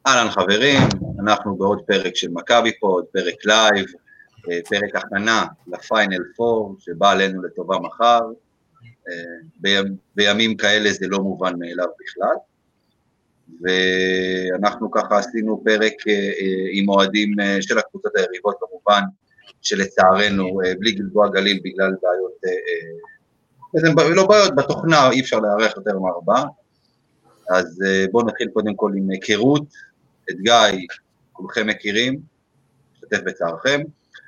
אהלן חברים, אנחנו בעוד פרק של מכבי פוד, פרק לייב, פרק הכנה לפיינל פור שבא עלינו לטובה מחר, בימים כאלה זה לא מובן מאליו בכלל, ואנחנו ככה עשינו פרק עם אוהדים של הקבוצות היריבות כמובן, שלצערנו בלי גלבוע גליל בגלל בעיות, לא בעיות בתוכנה, אי אפשר להערך יותר מארבע, אז בואו נתחיל קודם כל עם היכרות. את גיא, כולכם מכירים, משתתף בצערכם.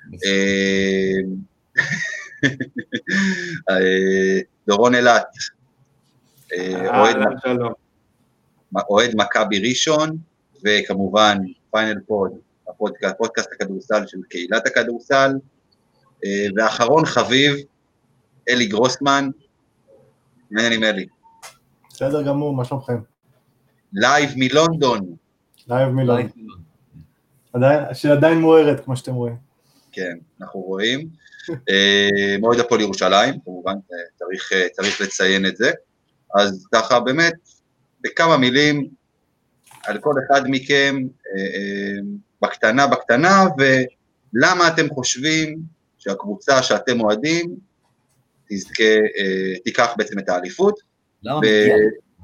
דורון אלת, אוהד מכבי ראשון, וכמובן פיינל פוד, הפודקאסט הכדורסל של קהילת הכדורסל, ואחרון חביב, אלי גרוסמן, מעניינים אלי. בסדר גמור, מה שלומכם? לייב מלונדון. לייב מלונדון. שעדיין מוארת, כמו שאתם רואים. כן, אנחנו רואים. מועד הפועל ירושלים, כמובן, צריך לציין את זה. אז ככה באמת, בכמה מילים, על כל אחד מכם, בקטנה, ולמה אתם חושבים שהקבוצה שאתם אוהדים, תיקח בעצם את האליפות. למה מגיע?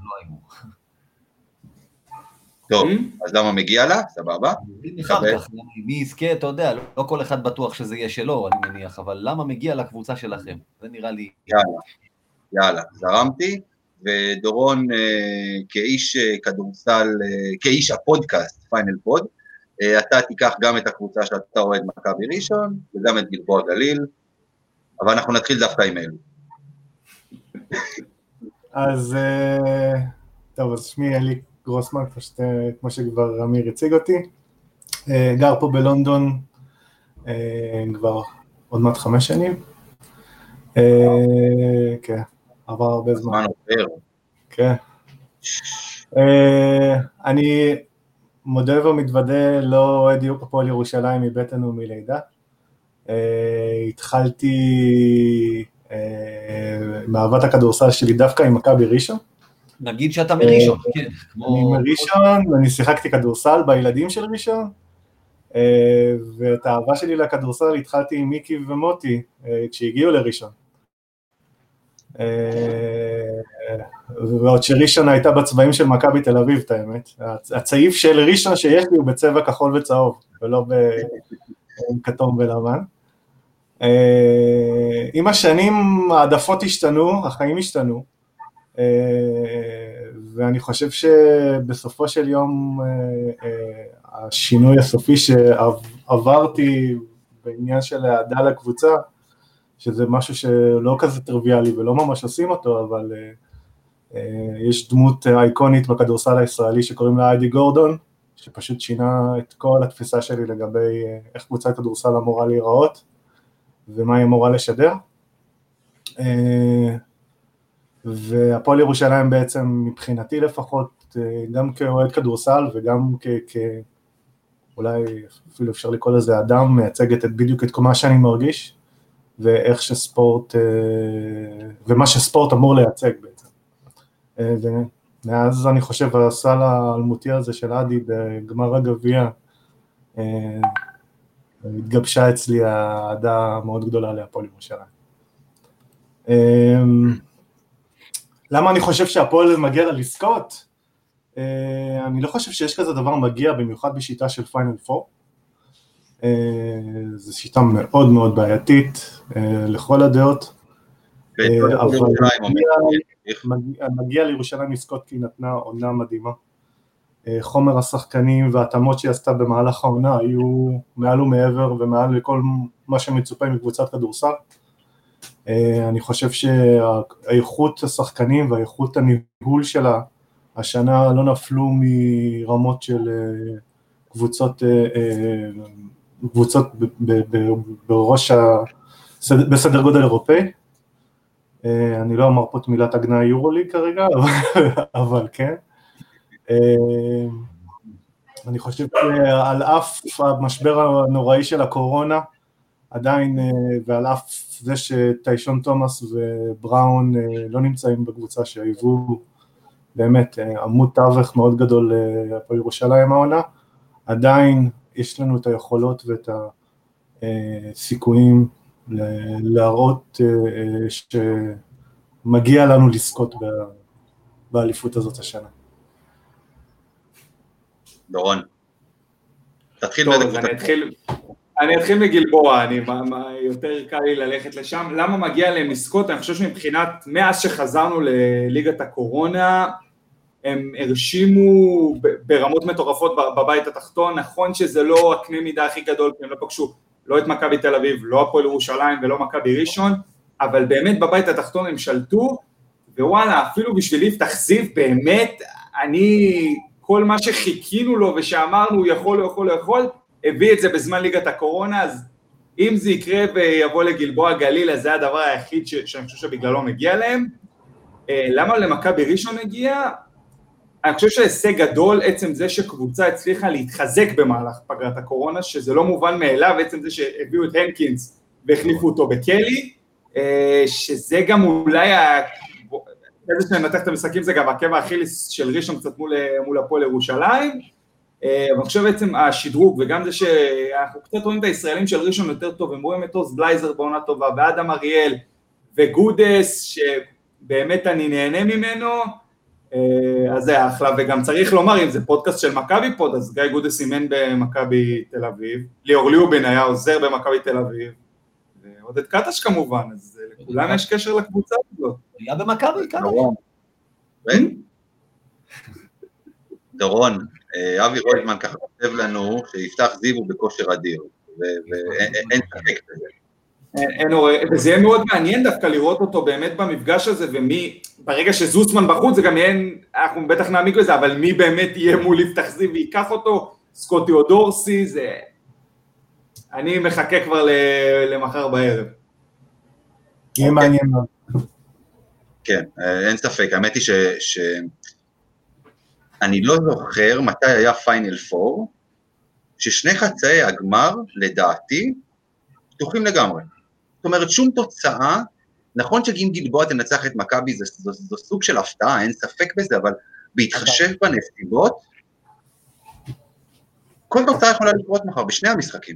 טוב, אז למה מגיע לה? סבבה. אחר כך, מי יזכה, אתה יודע, לא כל אחד בטוח שזה יהיה שלו, אני מניח, אבל למה מגיע לקבוצה שלכם? זה נראה לי... יאללה, זרמתי, ודורון כאיש כדורסל, כאיש הפודקאסט, פיינל פוד, אתה תיקח גם את הקבוצה שאתה אוהד מכבי ראשון, וגם את גלבוע גליל, אבל אנחנו נתחיל דווקא עם אלו. אז, טוב, אז שמי אלי גרוסמן, כמו שכבר אמיר הציג אותי, גר פה בלונדון כבר עוד מעט 5 שנים, כן, עבר הרבה זמן. כן. אני מודה ומתוודה, לא אוהד הפועל ירושלים מבטן ומלידה, התחלתי מאהבת הכדורסל שלי דווקא עם מכבי ראשון, נגיד שאתה מראשון, כן. אני מראשון, אני שיחקתי כדורסל בילדים של ראשון, ואת האהבה שלי לכדורסל התחלתי עם מיקי ומוטי, כשהגיעו לראשון. ועוד שראשון הייתה בצבעים של מכבי תל אביב, את האמת. הצעיף של ראשון שיש לי הוא בצבע כחול וצהוב, ולא בכתום ולבן. עם השנים העדפות השתנו, החיים השתנו, ואני חושב שבסופו של יום השינוי הסופי שעברתי בעניין של העדה לקבוצה, שזה משהו שלא כזה טריוויאלי ולא ממש עושים אותו, אבל יש דמות אייקונית בכדורסל הישראלי שקוראים לה איידי גורדון, שפשוט שינה את כל התפיסה שלי לגבי איך קבוצת כדורסל אמורה להיראות, ומה היא אמורה לשדר. והפועל ירושלים בעצם מבחינתי לפחות, גם כאוהד כדורסל וגם אולי אפילו אפשר לקרוא לזה אדם, מייצגת בדיוק את כל מה שאני מרגיש, ואיך שספורט, ומה שספורט אמור לייצג בעצם. ומאז אני חושב הסל האלמותי הזה של עדי בגמר הגביע, התגבשה אצלי האהדה מאוד גדולה להפועל ירושלים. למה אני חושב שהפועל מגיע לה לזכות? אני לא חושב שיש כזה דבר מגיע, במיוחד בשיטה של פיינל פור. זו שיטה מאוד מאוד בעייתית, לכל הדעות. אבל מגיע לירושלים לזכות כי היא נתנה עונה מדהימה. חומר השחקנים והתאמות שהיא עשתה במהלך העונה היו מעל ומעבר ומעל לכל מה שמצופה מקבוצת כדורסל. אני חושב שהאיכות השחקנים והאיכות הניהול שלה השנה לא נפלו מרמות של קבוצות בראש בסדר גודל אירופאי. אני לא אמר פה את מילת הגנאי יורוליג כרגע, אבל כן. אני חושב שעל אף המשבר הנוראי של הקורונה, עדיין, ועל אף זה שטיישון תומאס ובראון לא נמצאים בקבוצה שהיוו באמת עמוד תווך מאוד גדול להפועל ירושלים העונה, עדיין יש לנו את היכולות ואת הסיכויים להראות שמגיע לנו לזכות באליפות הזאת השנה. דורון, תתחיל. טוב, אז אני אתחיל מגלבוע, יותר קל לי ללכת לשם. למה מגיע להם לזכות? אני חושב שמבחינת, מאז שחזרנו לליגת הקורונה, הם הרשימו ברמות מטורפות בבית התחתון. נכון שזה לא הקנה מידה הכי גדול, כי הם לא פגשו לא את מכבי תל אביב, לא הפועל ירושלים ולא מכבי ראשון, אבל באמת בבית התחתון הם שלטו, ווואלה, אפילו בשביל יפתח זיו, באמת, כל מה שחיכינו לו ושאמרנו הוא יכול, הביא את זה בזמן ליגת הקורונה, אז אם זה יקרה ויבוא לגלבוע גליל, אז זה הדבר היחיד שאני חושב שבגללו מגיע להם. למה למכבי ראשון הגיע? אני חושב שהישג גדול, עצם זה שקבוצה הצליחה להתחזק במהלך פגרת הקורונה, שזה לא מובן מאליו, עצם זה שהביאו את הנקינס והחליפו אותו בקלי, שזה גם אולי, איזה שנתח את המשחקים זה גם עקב האכיליס של ראשון קצת מול הפועל ירושלים, אני חושב בעצם השדרוג, וגם זה שאנחנו קצת רואים את הישראלים של ראשון יותר טוב, הם רואים את אוס בלייזר בעונה טובה, ואדם אריאל וגודס, שבאמת אני נהנה ממנו, אז זה אחלה, וגם צריך לומר, אם זה פודקאסט של מכבי פוד, אז גיא גודס אימן במכבי תל אביב, ליאור ליובין היה עוזר במכבי תל אביב, ועודד קטש כמובן, אז לכולם יש קשר לקבוצה הזאת. היה במכבי, כמה? דורון, אבי רויטמן ככה כותב לנו שיפתח זיו הוא בכושר אדיר, ואין ספק בזה. וזה יהיה מאוד מעניין דווקא לראות אותו באמת במפגש הזה, ברגע שזוסמן בחוץ, זה גם יהיה, אנחנו בטח נעמיק בזה, אבל מי באמת יהיה מול יפתח זיו ויקח אותו, סקוטי או דורסי, זה... אני מחכה כבר למחר בערב. יהיה מעניין מאוד. כן, אין ספק, האמת היא אני לא זוכר מתי היה פיינל פור, ששני חצאי הגמר, לדעתי, פתוחים לגמרי. זאת אומרת, שום תוצאה, נכון שאם גלבוע תנצח את מכבי, זו סוג של הפתעה, אין ספק בזה, אבל בהתחשב בנסיבות, כל תוצאה יכולה לקרות מחר, בשני המשחקים.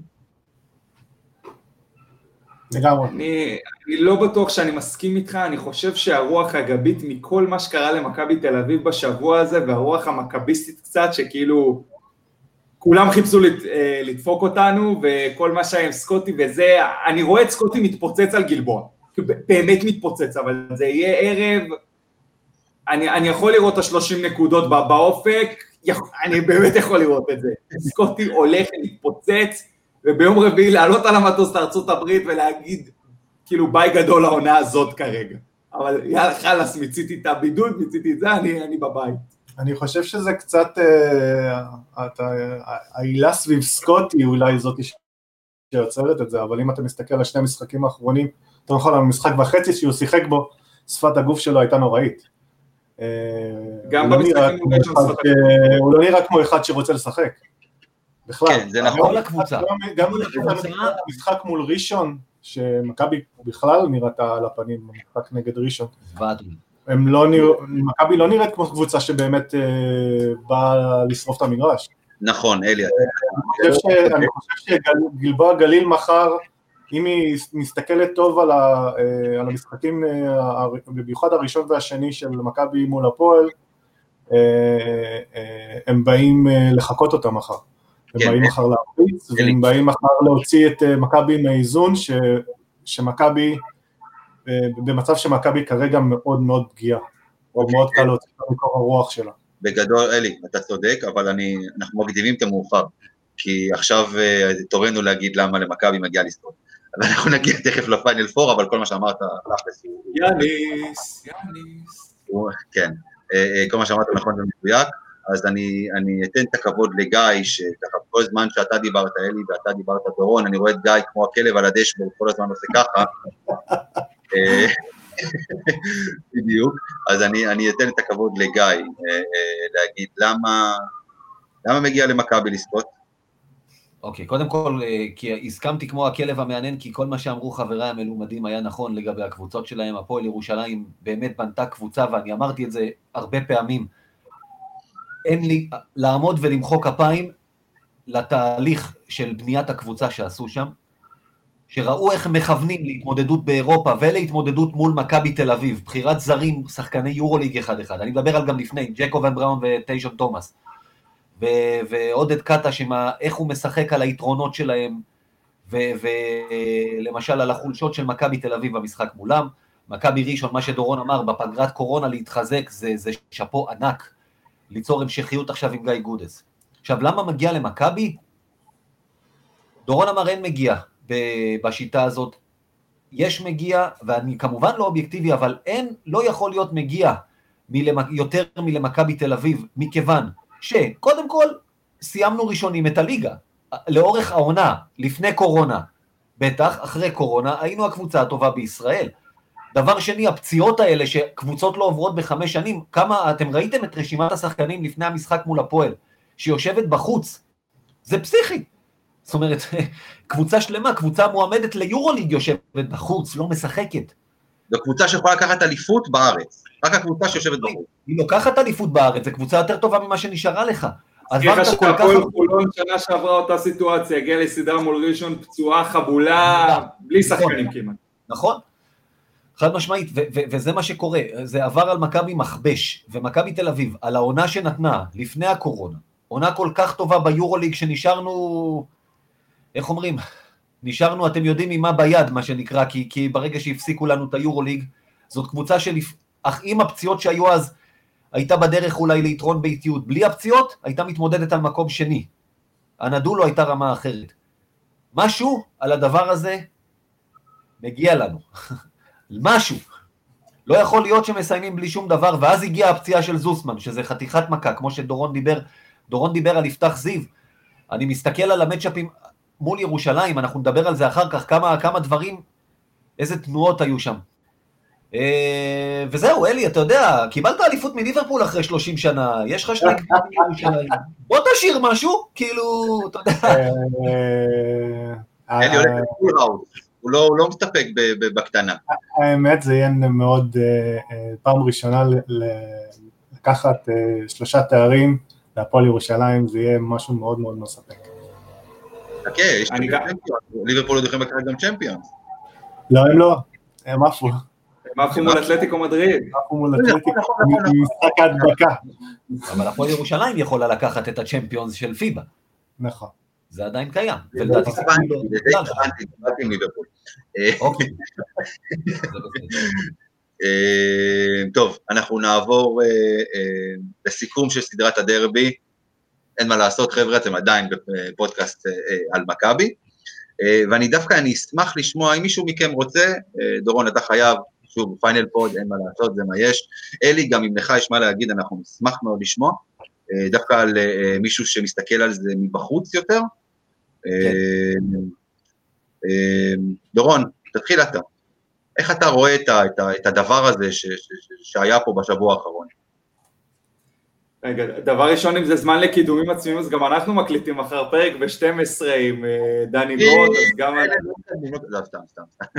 אני לא בטוח שאני מסכים איתך, אני חושב שהרוח הגבית מכל מה שקרה למכבי תל אביב בשבוע הזה, והרוח המכביסטית קצת, שכאילו כולם חיפשו לדפוק אותנו, וכל מה שהיה עם סקוטי וזה, אני רואה את סקוטי מתפוצץ על גלבוע, באמת מתפוצץ, אבל זה יהיה ערב, אני יכול לראות את 30 נקודות באופק, אני באמת יכול לראות את זה, סקוטי הולך להתפוצץ, וביום רביעי לעלות על המטוס לארצות הברית ולהגיד, כאילו ביי גדול העונה הזאת כרגע. אבל יאללה חלס, מיציתי את הבידוד, מיציתי את זה, אני בבית. אני חושב שזה קצת, העילה סביב סקוטי אולי זאת שיוצרת את זה, אבל אם אתה מסתכל על שני המשחקים האחרונים, אתה יכול על המשחק וחצי שהוא שיחק בו, שפת הגוף שלו הייתה נוראית. גם במשחקים הוא לא נראה כמו אחד שרוצה לשחק. בכלל, כן, זה נכון. גם משחק מול ראשון, שמכבי בכלל נראתה על הפנים, משחק נגד ראשון. מכבי לא נראית כמו קבוצה שבאמת באה לשרוף את המגרש. נכון, אלי. אני חושב שגלבוע גליל מחר, אם היא מסתכלת טוב על המשחקים, במיוחד הראשון והשני של מכבי מול הפועל, הם באים לחכות אותם מחר. הם באים מחר להפיץ, והם באים מחר להוציא את מכבי מהאיזון, שמכבי, במצב שמכבי כרגע מאוד מאוד פגיעה, או מאוד קל להוציא את מקור הרוח שלה. בגדול, אלי, אתה צודק, אבל אנחנו מקדימים את המאוחר, כי עכשיו תורנו להגיד למה למכבי מגיע לספורט. אבל אנחנו נגיע תכף לפיינל פור, אבל כל מה שאמרת, יאניס. כן, כל מה שאמרת נכון ומדויק, אז אני אתן את הכבוד לגיא, שככה כל זמן שאתה דיברת, אלי, ואתה דיברת דורון, אני רואה את גיא כמו הכלב על הדשבורד, כל הזמן עושה ככה, בדיוק, אז אני אתן את הכבוד לגיא, להגיד למה מגיע למכבי לזכות? אוקיי, קודם כל, כי הסכמתי כמו הכלב המעניין, כי כל מה שאמרו חבריי המלומדים היה נכון לגבי הקבוצות שלהם. הפועל ירושלים באמת בנתה קבוצה, ואני אמרתי את זה הרבה פעמים, אין לי לעמוד ולמחוא כפיים לתהליך של בניית הקבוצה שעשו שם, שראו איך מכוונים להתמודדות באירופה ולהתמודדות מול מכבי תל אביב, בחירת זרים, שחקני יורוליג אחד-אחד. אני מדבר על גם לפני, ג'קובן בראון וטיישון תומאס. ועודד קטש, איך הוא משחק על היתרונות שלהם, ולמשל על החולשות של מכבי תל אביב במשחק מולם. מכבי ראשון, מה שדורון אמר, בפגרת קורונה להתחזק, זה שפו ענק, ליצור המשכיות עכשיו עם גיא גודס. עכשיו, למה מגיע למכבי? דורון אמר אין מגיע בשיטה הזאת. יש מגיע, ואני כמובן לא אובייקטיבי, אבל לא יכול להיות מגיע יותר מלמכבי תל אביב, מכיוון שקודם כל סיימנו ראשונים את הליגה, לאורך העונה, לפני קורונה, בטח אחרי קורונה, היינו הקבוצה הטובה בישראל. דבר שני, הפציעות האלה שקבוצות לא עוברות ב5 שנים, כמה אתם ראיתם את רשימת השחקנים לפני המשחק מול הפועל, שיושבת בחוץ, זה פסיכי. זאת אומרת, קבוצה שלמה, קבוצה מועמדת ליורוליג יושבת בחוץ, לא משחקת. זו קבוצה שיכולה לקחת אליפות בארץ, רק הקבוצה שיושבת בחוץ. היא לוקחת אליפות בארץ, זו קבוצה יותר טובה ממה שנשארה לך. סליחה שהפועל חולון שנה שעברה אותה סיטואציה, הגיעה לסדרה מול ראשון פצועה, חבולה, בלי שחקנים כמעט. נכון, חד משמעית, וזה מה שקורה, זה עבר על מכבי מכבש, ומכבי תל אביב, על העונה שנתנה לפני הקורונה, עונה כל כך טובה ביורוליג שנשארנו, איך אומרים, נשארנו, אתם יודעים ממה ביד, מה שנקרא, כי ברגע שהפסיקו לנו את היורוליג, זאת קבוצה אך עם הפציעות שהיו אז, הייתה בדרך אולי ליתרון ביתיות, בלי הפציעות, הייתה מתמודדת על מקום שני. הנדולו הייתה רמה אחרת. משהו על הדבר הזה מגיע לנו. משהו. לא יכול להיות שמסיימים בלי שום דבר, ואז הגיעה הפציעה של זוסמן, שזה חתיכת מכה, כמו שדורון דיבר, דורון דיבר על יפתח זיו. אני מסתכל על המצ'אפים מול ירושלים, אנחנו נדבר על זה אחר כך, כמה דברים, איזה תנועות היו שם. וזהו, אלי, אתה יודע, קיבלת אליפות מליברפול אחרי 30 שנה, יש לך 2 גביעים מירושלים, בוא תשאיר משהו, כאילו, אתה יודע. אלי הולך לפול האוס, הוא לא מסתפק בקטנה. האמת, זה יהיה מאוד, פעם ראשונה לקחת 3 תארים להפועל ירושלים, זה יהיה משהו מאוד מאוד מספק. אוקיי, יש ליברפול עוד יכולים לקחת גם צ'מפיונס. לא, הם לא, הם עפו. הם עפו מול אתלטיקו מדריד. עפו מול אתלטיקו, משחק ההדבקה. אבל הפועל ירושלים יכולה לקחת את הצ'מפיונס של פיבה. נכון. זה עדיין קיים. זה די התכוונתי עם ליברפול. אוקיי. טוב, אנחנו נעבור לסיכום של סדרת הדרבי. אין מה לעשות, חבר'ה, אתם עדיין בפודקאסט על מכבי, ואני דווקא, אני אשמח לשמוע, אם מישהו מכם רוצה, דורון, אתה חייב, שוב, פיינל פוד, אין מה לעשות, זה מה יש. אלי, גם אם לך יש מה להגיד, אנחנו נשמח מאוד לשמוע, דווקא על מישהו שמסתכל על זה מבחוץ יותר. דורון, תתחיל אתה. איך אתה רואה את הדבר הזה שהיה פה בשבוע האחרון? רגע, דבר ראשון, אם זה זמן לקידומים עצמיים, אז גם אנחנו מקליטים אחר פרק ב-12 עם דני בורד, אז גם... לא, סתם.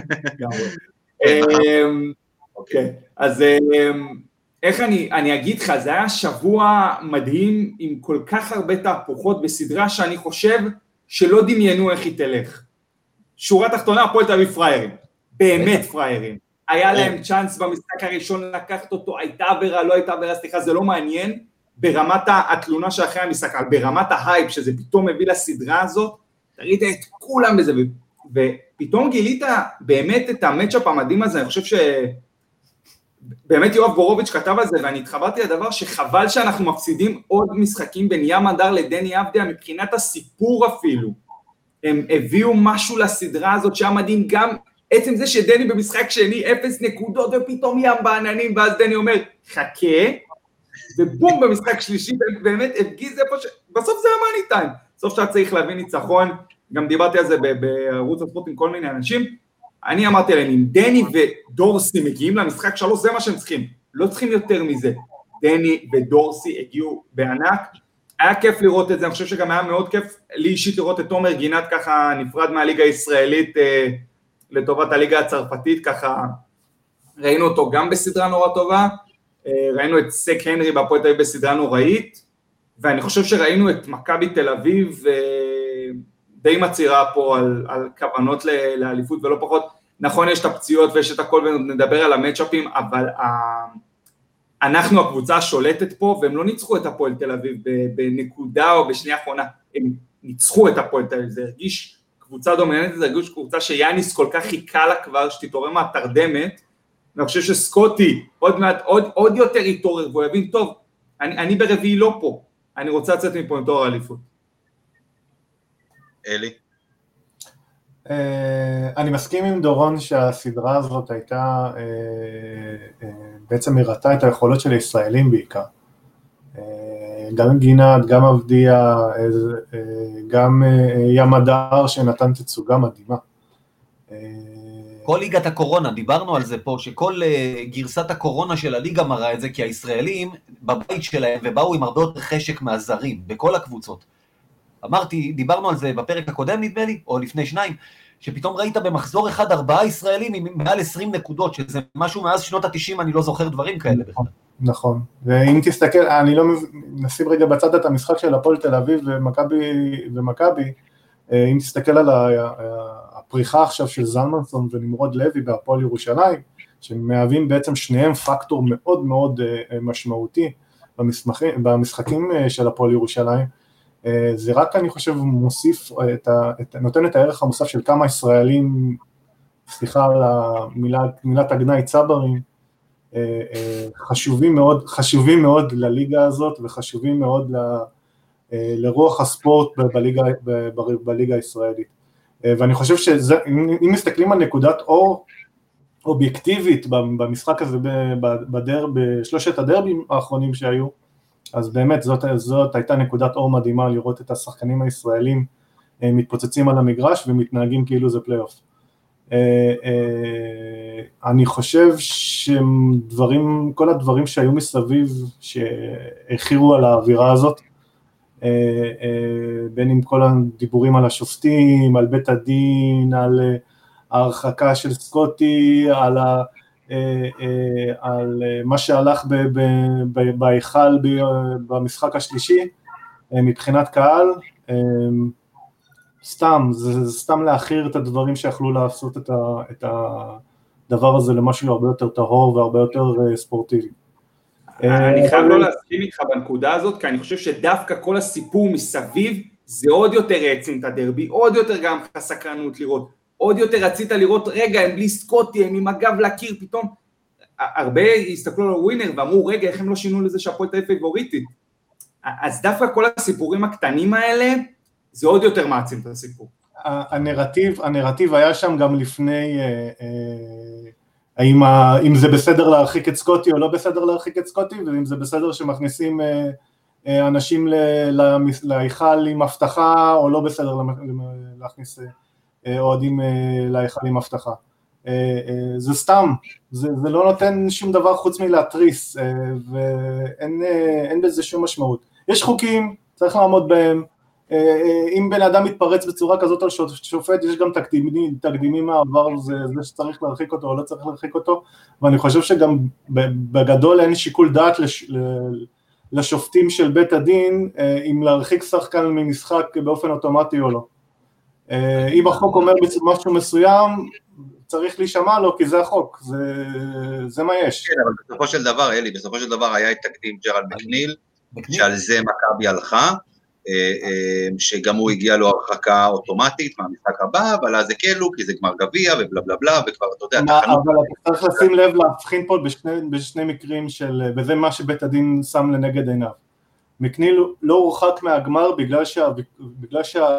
אוקיי, אז איך אני אגיד לך, זה היה שבוע מדהים עם כל כך הרבה תהפוכות בסדרה שאני חושב שלא דמיינו איך היא תלך. שורה תחתונה, הפועל תל אביב פריירים, באמת פריירים. היה להם צ'אנס במשחק הראשון לקחת אותו, הייתה עבירה, לא הייתה עבירה, סליחה, זה לא מעניין. ברמת התלונה שאחרי המשחק, ברמת ההייפ שזה פתאום מביא לסדרה הזאת, תראית את כולם בזה, ופתאום גילית באמת את המאצ'אפ המדהים הזה, אני חושב שבאמת יואב בורוביץ' כתב על זה, ואני התחברתי לדבר שחבל שאנחנו מפסידים עוד משחקים בין ים הדר לדני אבדיה, מבחינת הסיפור אפילו, הם הביאו משהו לסדרה הזאת שהיה מדהים, גם עצם זה שדני במשחק שני 0 נקודות, ופתאום ים בעננים, ואז דני אומר, חכה, ובום במשחק שלישי, באמת הפגיז איפה בסוף זה המאני טיים, בסוף שאתה צריך להביא ניצחון, גם דיברתי על זה בערוץ הספורט עם כל מיני אנשים, אני אמרתי להם, אם דני ודורסי מגיעים למשחק 3, זה מה שהם צריכים, לא צריכים יותר מזה, דני ודורסי הגיעו בענק, היה כיף לראות את זה, אני חושב שגם היה מאוד כיף לי אישית לראות את תומר גינת ככה נפרד מהליגה הישראלית לטובת הליגה הצרפתית, ככה ראינו אותו גם בסדרה נורא טובה, ראינו את סק הנרי בהפועל תל אביב בסדרה נוראית, ואני חושב שראינו את מכבי תל אביב די מצהירה פה על כוונות לאליפות ולא פחות, נכון יש את הפציעות ויש את הכל ונדבר על המאצ'אפים, אבל אנחנו הקבוצה השולטת פה, והם לא ניצחו את הפועל תל אביב בנקודה או בשנייה האחרונה, הם ניצחו את הפועל תל אביב, זה הרגיש קבוצה דומיננטית, זה הרגיש קבוצה שיאניס כל כך חיכה לה כבר, שתתעורר מהתרדמת, ואני חושב שסקוטי עוד יותר יתעורר, והוא יבין, טוב, אני ברביעי לא פה, אני רוצה לצאת מפה עם תואר האליפות. אלי? אני מסכים עם דורון שהסדרה הזאת הייתה, בעצם הראתה את היכולות של הישראלים בעיקר. גם גינת, גם אבדיה, גם ים הדר שנתן תצוגה מדהימה. כל ליגת הקורונה, דיברנו על זה פה, שכל גרסת הקורונה של הליגה מראה את זה, כי הישראלים בבית שלהם ובאו עם הרבה יותר חשק מהזרים, בכל הקבוצות. אמרתי, דיברנו על זה בפרק הקודם נדמה לי, או לפני 2, שפתאום ראית במחזור אחד 4 ישראלים עם מעל 20 נקודות, שזה משהו מאז שנות ה-90, אני לא זוכר דברים כאלה בכלל. נכון, ואם תסתכל, אני לא נשים רגע בצד את המשחק של הפועל תל אביב ומכבי, אם תסתכל על הפריחה עכשיו של זלמנסון ונמרוד לוי בהפועל ירושלים, שמהווים בעצם שניהם פקטור מאוד מאוד משמעותי במשחקים של הפועל ירושלים, זה רק אני חושב מוסיף, נותן את הערך המוסף של כמה ישראלים, סליחה על מילת הגנאי צברים, חשובים מאוד לליגה הזאת, וחשובים מאוד לרוח הספורט בליגה הישראלית. ואני חושב שאם מסתכלים על נקודת אור אובייקטיבית במשחק הזה, בשלושת הדרבים האחרונים שהיו, אז באמת זאת הייתה נקודת אור מדהימה לראות את השחקנים הישראלים מתפוצצים על המגרש ומתנהגים כאילו זה פלייאוף. אני חושב כל הדברים שהיו מסביב שהכירו על האווירה הזאת, בין עם כל הדיבורים על השופטים, על בית הדין, על ההרחקה של סקוטי, על מה שהלך בהיכל במשחק השלישי, מבחינת קהל, זה סתם להכיר את הדברים שיכלו לעשות את הדבר הזה למשהו הרבה יותר טהור והרבה יותר ספורטיבי. אני חייב לא להסכים איתך בנקודה הזאת, כי אני חושב שדווקא כל הסיפור מסביב, זה עוד יותר העצים את הדרבי, עוד יותר גם הסקרנות לראות, עוד יותר רצית לראות, רגע, הם בלי סקוטי, הם עם הגב להכיר, פתאום, הרבה הסתכלו על הווינר ואמרו, רגע, איך הם לא שינו לזה שהפועל תל אביב פייבוריטית? אז דווקא כל הסיפורים הקטנים האלה, זה עוד יותר מעצים את הסיפור. הנרטיב היה שם גם לפני, אם זה בסדר להרחיק את סקוטי או לא בסדר להרחיק את סקוטי, ואם זה בסדר שמכניסים אנשים להיכל עם הבטחה, או לא בסדר להכניס אוהדים להיכל עם הבטחה. זה סתם, זה לא נותן שום דבר חוץ מלהטריס, ואין בזה שום משמעות. יש חוקים, צריך לעמוד בהם, אם בן אדם מתפרץ בצורה כזאת על שופט, יש גם תקדימים מהעבר, זה שצריך להרחיק אותו או לא צריך להרחיק אותו, ואני חושב שגם בגדול אין שיקול דעת לשופטים של בית הדין, אם להרחיק שחקן ממשחק באופן אוטומטי או לא. אם החוק אומר משהו מסוים, צריך להישמע לו, כי זה החוק, זה מה יש. כן, אבל בסופו של דבר, אלי, בסופו של דבר היה את תקדים ג'רלד מקניל, שעל זה מכבי הלכה, שגם הוא הגיע לו הרחקה אוטומטית מהמשחק הבא, אבל אז הקלו, כי זה גמר גביע ובלה בלה בלה, וכבר אתה יודע, אבל אתה צריך לשים לב להבחין פה בשני מקרים וזה מה שבית הדין שם לנגד עיניו. מקניל לא הורחק מהגמר בגלל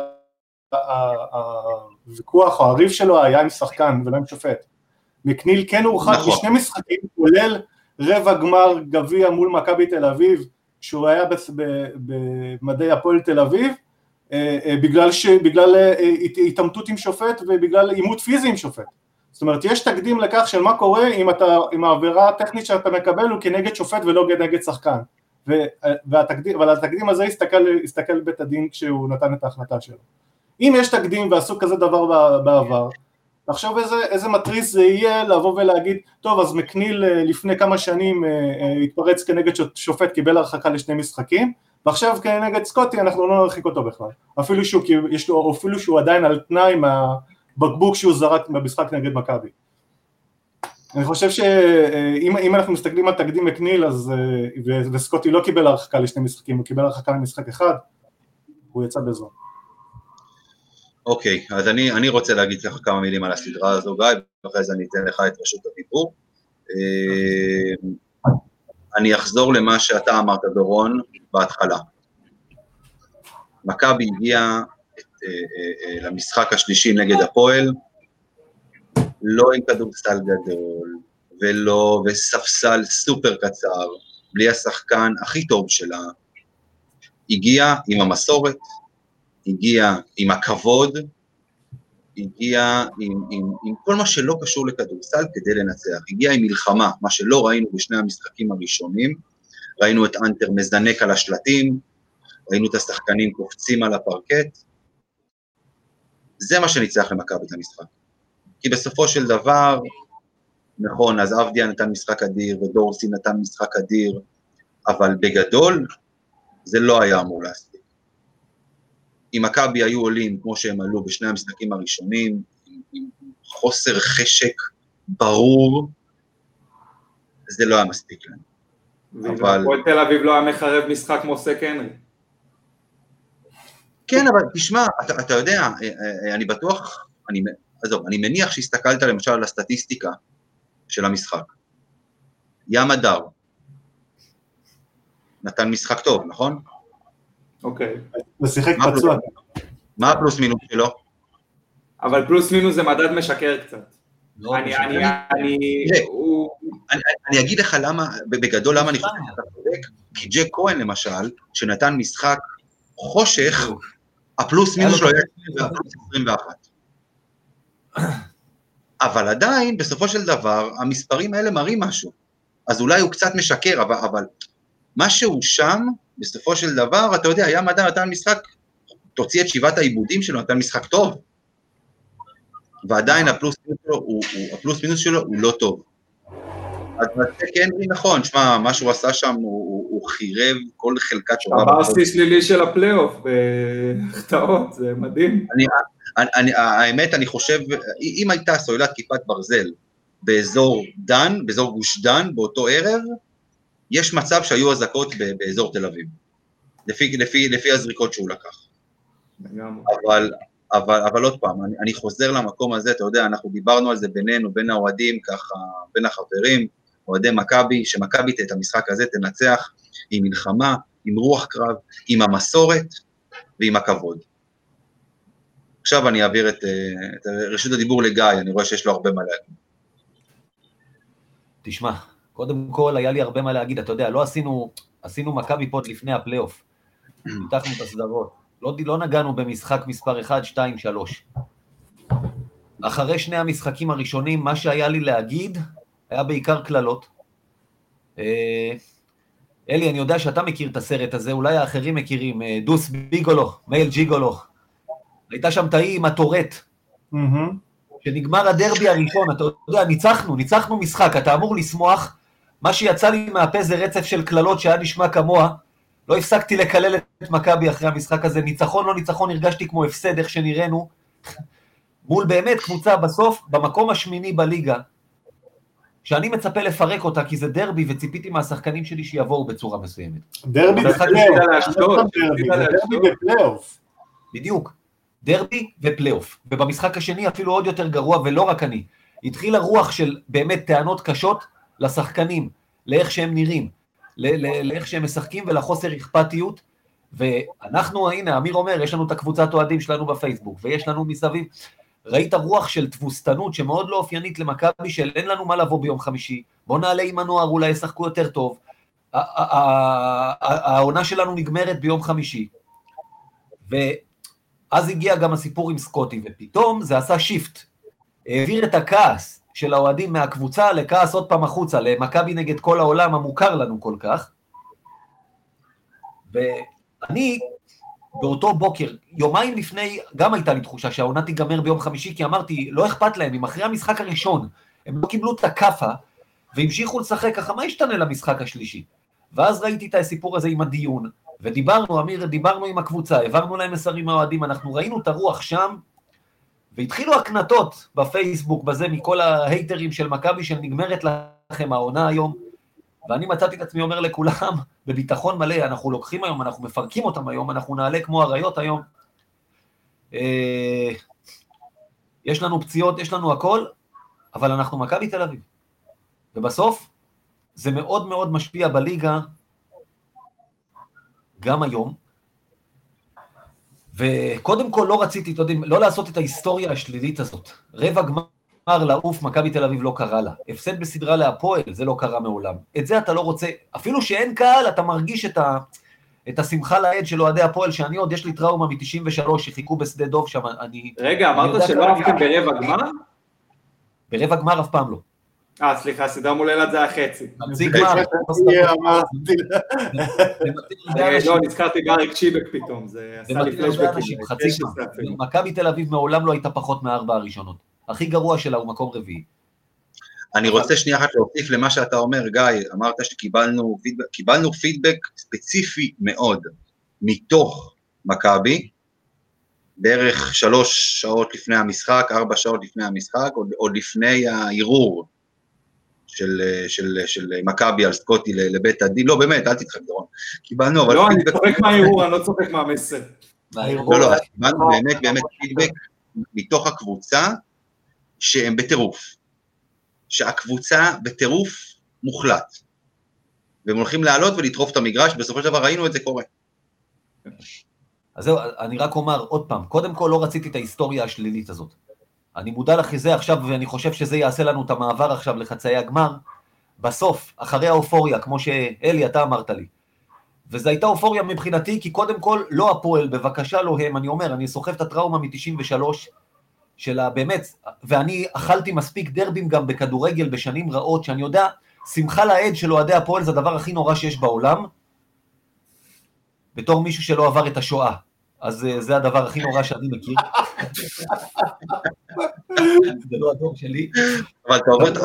שהוויכוח או הריב שלו היה עם שחקן ולא עם שופט. מקניל כן הורחק בשני משחקים, כולל רבע גמר גביע מול מכבי תל אביב, שהוא היה במדי הפועל תל אביב, בגלל התעמתות עם שופט ובגלל עימות פיזי עם שופט. זאת אומרת, יש תקדים לכך של מה קורה אם העבירה הטכנית שאתה מקבל הוא כנגד שופט ולא כנגד שחקן. ועל התקדים הזה הסתכל בית הדין כשהוא נתן את ההחלטה שלו. אם יש תקדים ועשו כזה דבר בעבר, עכשיו איזה מטריס זה יהיה לבוא ולהגיד, טוב, אז מקניל לפני כמה שנים התפרץ כנגד שופט, קיבל הרחקה לשני משחקים, ועכשיו כנגד סקוטי אנחנו לא נרחיק אותו בכלל, אפילו שהוא עדיין על תנאי מהבקבוק שהוא זרק במשחק נגד מכבי. אני חושב שאם אנחנו מסתכלים על תקדים מקניל, וסקוטי לא קיבל הרחקה לשני משחקים, הוא קיבל הרחקה למשחק אחד, הוא יצא בזו. אוקיי, אז אני רוצה להגיד לך כמה מילים על הסדרה הזו, גיא, ואחרי זה אני אתן לך את רשות הדיבור. אני אחזור למה שאתה אמרת, דורון, בהתחלה. מכבי הגיע למשחק השלישי נגד הפועל, לא עם כדורסל גדול, וספסל סופר קצר, בלי השחקן הכי טוב שלה, הגיע עם המסורת, הגיע עם הכבוד, הגיע עם כל מה שלא קשור לכדורסל כדי לנצח, הגיע עם מלחמה, מה שלא ראינו בשני המשחקים הראשונים, ראינו את אנטר מזנק על השלטים, ראינו את השחקנים קופצים על הפרקט, זה מה שניצח למכבי את המשחק. כי בסופו של דבר, נכון, אז אבדיה נתן משחק אדיר, ודורסי נתן משחק אדיר, אבל בגדול, זה לא היה אמור להספיק. אם מכבי היו עולים, כמו שהם עלו בשני המשחקים הראשונים, עם חוסר חשק ברור, זה לא היה מספיק להם. אבל הפועל תל אביב לא היה מחרב משחק כמו סק הנרי. כן, אבל תשמע, אתה יודע, אני בטוח, אני מניח שהסתכלת למשל על הסטטיסטיקה של המשחק. ים הדר נתן משחק טוב, נכון? אוקיי. הוא שיחק פצוע. מה הפלוס מינוס שלו? אבל פלוס מינוס זה מדד משקר קצת. אני אגיד לך למה, בגדול למה אני חושב שאתה צודק, כי ג'ק כהן למשל, שנתן משחק חושך, הפלוס מינוס שלו היה פלוס 21. אבל עדיין, בסופו של דבר, המספרים האלה מראים משהו. אז אולי הוא קצת משקר, אבל משהו שם, בסופו של דבר, אתה יודע, היה מדע נתן משחק, תוציא את 7 העיבודים שלו, נתן משחק טוב. ועדיין הפלוס מינוס שלו הוא לא טוב. אז כן, נכון, שמע, מה שהוא עשה שם, הוא חירב כל חלקת שורה. הברסי שלילי של הפלייאוף, בהחטאות, זה מדהים. האמת, אני חושב, אם הייתה סוללת כיפת ברזל, באזור דן, באזור גוש דן, באותו ערב, יש מצב שהיו הזקות באזור תל אביב, לפי הזריקות שהוא לקח. אבל עוד פעם, אני חוזר למקום הזה, אתה יודע, אנחנו דיברנו על זה בינינו, בין האוהדים, ככה, בין החברים, אוהדי מכבי, שמכבי את המשחק הזה תנצח עם מלחמה, עם רוח קרב, עם המסורת ועם הכבוד. עכשיו אני אעביר את רשות הדיבור לגיא, אני רואה שיש לו הרבה מה להגיד. תשמע, קודם כל היה לי הרבה מה להגיד, אתה יודע, לא עשינו מכבי פוד לפני הפלייאוף, פיתחנו את הסדרות, לא נגענו במשחק מספר 1, 2, 3. אחרי שני המשחקים הראשונים, מה שהיה לי להגיד, היה בעיקר כללות. אלי, אני יודע שאתה מכיר את הסרט הזה, אולי האחרים מכירים, דוס ביגולו, מייל ג'יגולו, הייתה שם תאי עם הטורט, שנגמר הדרבי הראשון, אתה יודע, ניצחנו משחק, אתה אמור לשמוח, מה שיצא לי מהפה זה רצף של כללות שהיה נשמע כמוה, לא הפסקתי לקלל את מכבי אחרי המשחק הזה, ניצחון לא ניצחון, הרגשתי כמו הפסד איך שנראינו, מול באמת קבוצה בסוף, במקום השמיני בליגה, שאני מצפה לפרק אותה, כי זה דרבי, וציפיתי מהשחקנים שלי שיבואו בצורה מסוימת. דרבי בפלייאוף. בדיוק, דרבי ופלייאוף, ובמשחק השני אפילו עוד יותר גרוע, ולא רק אני, התחילה רוח של באמת טענות קשות לשחקנים, לאיך שהם נראים, לאיך שהם משחקים ולחוסר אכפתיות, ואנחנו, הנה, אמיר אומר, יש לנו את הקבוצת אוהדים שלנו בפייסבוק, ויש לנו מסביב, ראית רוח של תבוסתנות שמאוד לא אופיינית למכבי, של אין לנו מה לבוא ביום חמישי, בוא נעלה עם הנוער, אולי ישחקו יותר טוב, העונה שלנו נגמרת ביום חמישי, ואז הגיע גם הסיפור עם סקוטי, ופתאום זה עשה שיפט, העביר את הכעס של האוהדים מהקבוצה לכעס עוד פעם החוצה, למכבי נגד כל העולם המוכר לנו כל כך, ואני, באותו בוקר, יומיים לפני, גם הייתה לי תחושה שהעונה תיגמר ביום חמישי, כי אמרתי, לא אכפת להם, אם אחרי המשחק הראשון, הם לא קיבלו את הקפה, והמשיכו לשחק, ככה מה ישתנה למשחק השלישי? ואז ראיתי את הסיפור הזה עם הדיון, ודיברנו, אמיר, דיברנו עם הקבוצה, העברנו להם מסרים מהאוהדים, אנחנו ראינו את הרוח שם, והתחילו הקנטות בפייסבוק, בזה, מכל ההייטרים של מכבי, שנגמרת לכם העונה היום, ואני מצאתי את עצמי אומר לכולם, בביטחון מלא, אנחנו לוקחים היום, אנחנו מפרקים אותם היום, אנחנו נעלה כמו אריות היום, יש לנו פציעות, יש לנו הכל, אבל אנחנו מכבי תל אביב. ובסוף, זה מאוד מאוד משפיע בליגה, גם היום, וקודם כל לא רציתי, לא לעשות את ההיסטוריה השלילית הזאת. רבע גמר לעוף, מכבי תל אביב לא קרה לה. הפסד בסדרה להפועל, זה לא קרה מעולם. את זה אתה לא רוצה, אפילו שאין קהל, אתה מרגיש את השמחה לעד של אוהדי הפועל, שאני עוד, יש לי טראומה מ-93, שחיכו בשדה דוב שם, רגע, אמרת שלא אהבתם ברבע גמר? ברבע גמר אף פעם לא. סליחה, סדרה מול אילת זה החצי. חצי גמר. לא, נזכרתי באריק צ'יבק פתאום, זה עשה לי פלשבקים. חצי גמר. מכבי תל אביב מעולם לא הייתה פחות מארבע הראשונות. הכי גרוע שלה הוא מקום רביעי. אני רוצה שנייה אחת להוסיף למה שאתה אומר, גיא, אמרת שקיבלנו פידבק ספציפי מאוד מתוך מכבי, בערך 3 שעות לפני המשחק, 4 שעות לפני המשחק, עוד לפני הערעור של מכבי על סקוטי לבית הדין, לא באמת, אל תתחק דורון, קיבלנו אבל... לא, אני צוחק מהערעור, אני לא צוחק מהמסר. לא, קיבלנו באמת פידבק מתוך הקבוצה, שהם בטירוף, שהקבוצה בטירוף מוחלט, והם הולכים לעלות ולטרוף את המגרש, בסופו של דבר ראינו את זה קורה. אז זהו, אני רק אומר עוד פעם, קודם כל לא רציתי את ההיסטוריה השלילית הזאת. אני מודע לזה עכשיו, ואני חושב שזה יעשה לנו את המעבר עכשיו לחצאי הגמר, בסוף, אחרי האופוריה, כמו שאלי, אתה אמרת לי. וזו הייתה אופוריה מבחינתי, כי קודם כל לא הפועל, בבקשה לא הם, אני אומר, אני סוחב את הטראומה מ-93, שלה באמת, ואני אכלתי מספיק דרבים גם בכדורגל בשנים רעות, שאני יודע, שמחה לעד של אוהדי הפועל זה הדבר הכי נורא שיש בעולם, בתור מישהו שלא עבר את השואה. אז זה הדבר הכי נורא שאני מכיר. זה לא הדור שלי. אבל אתה עובר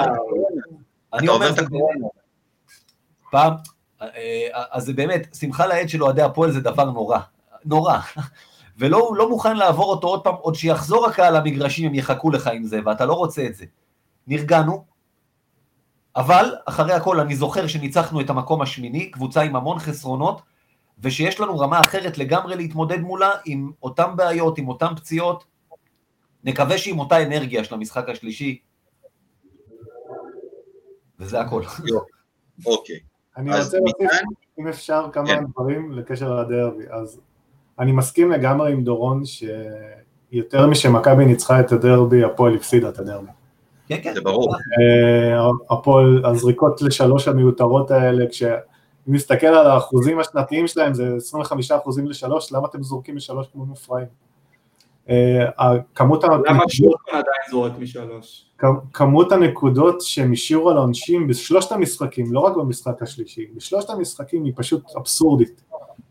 את הקורונה. פעם, אז זה באמת, שמחה לעד של אוהדי הפועל זה דבר נורא. נורא. ולא מוכן לעבור אותו עוד פעם, עוד שיחזור הקהל למגרשים, הם יחכו לך עם זה, ואתה לא רוצה את זה. נרגענו, אבל אחרי הכל אני זוכר שניצחנו את המקום השמיני, קבוצה עם המון חסרונות, ושיש לנו רמה אחרת לגמרי להתמודד מולה, עם אותם בעיות, עם אותם פציעות, נקווה שעם אותה אנרגיה של המשחק השלישי, וזה הכל. אוקיי. אני רוצה להוסיף, אם אפשר, כמה דברים לקשר לדרבי, אז אני מסכים לגמרי עם דורון, שיותר משמכבי ניצחה את הדרבי, הפועל הפסידה את הדרבי. כן, כן. זה ברור. הפועל, הזריקות לשלוש המיותרות האלה, כשאם נסתכל על האחוזים השנתיים שלהם, זה 25% לשלוש, למה אתם זורקים לשלוש כמו מופרעים? למה שורטון עדיין זורק משלוש? כמות הנקודות שהם השאירו על העונשין בשלושת המשחקים, לא רק במשחק השלישי, בשלושת המשחקים היא פשוט אבסורדית.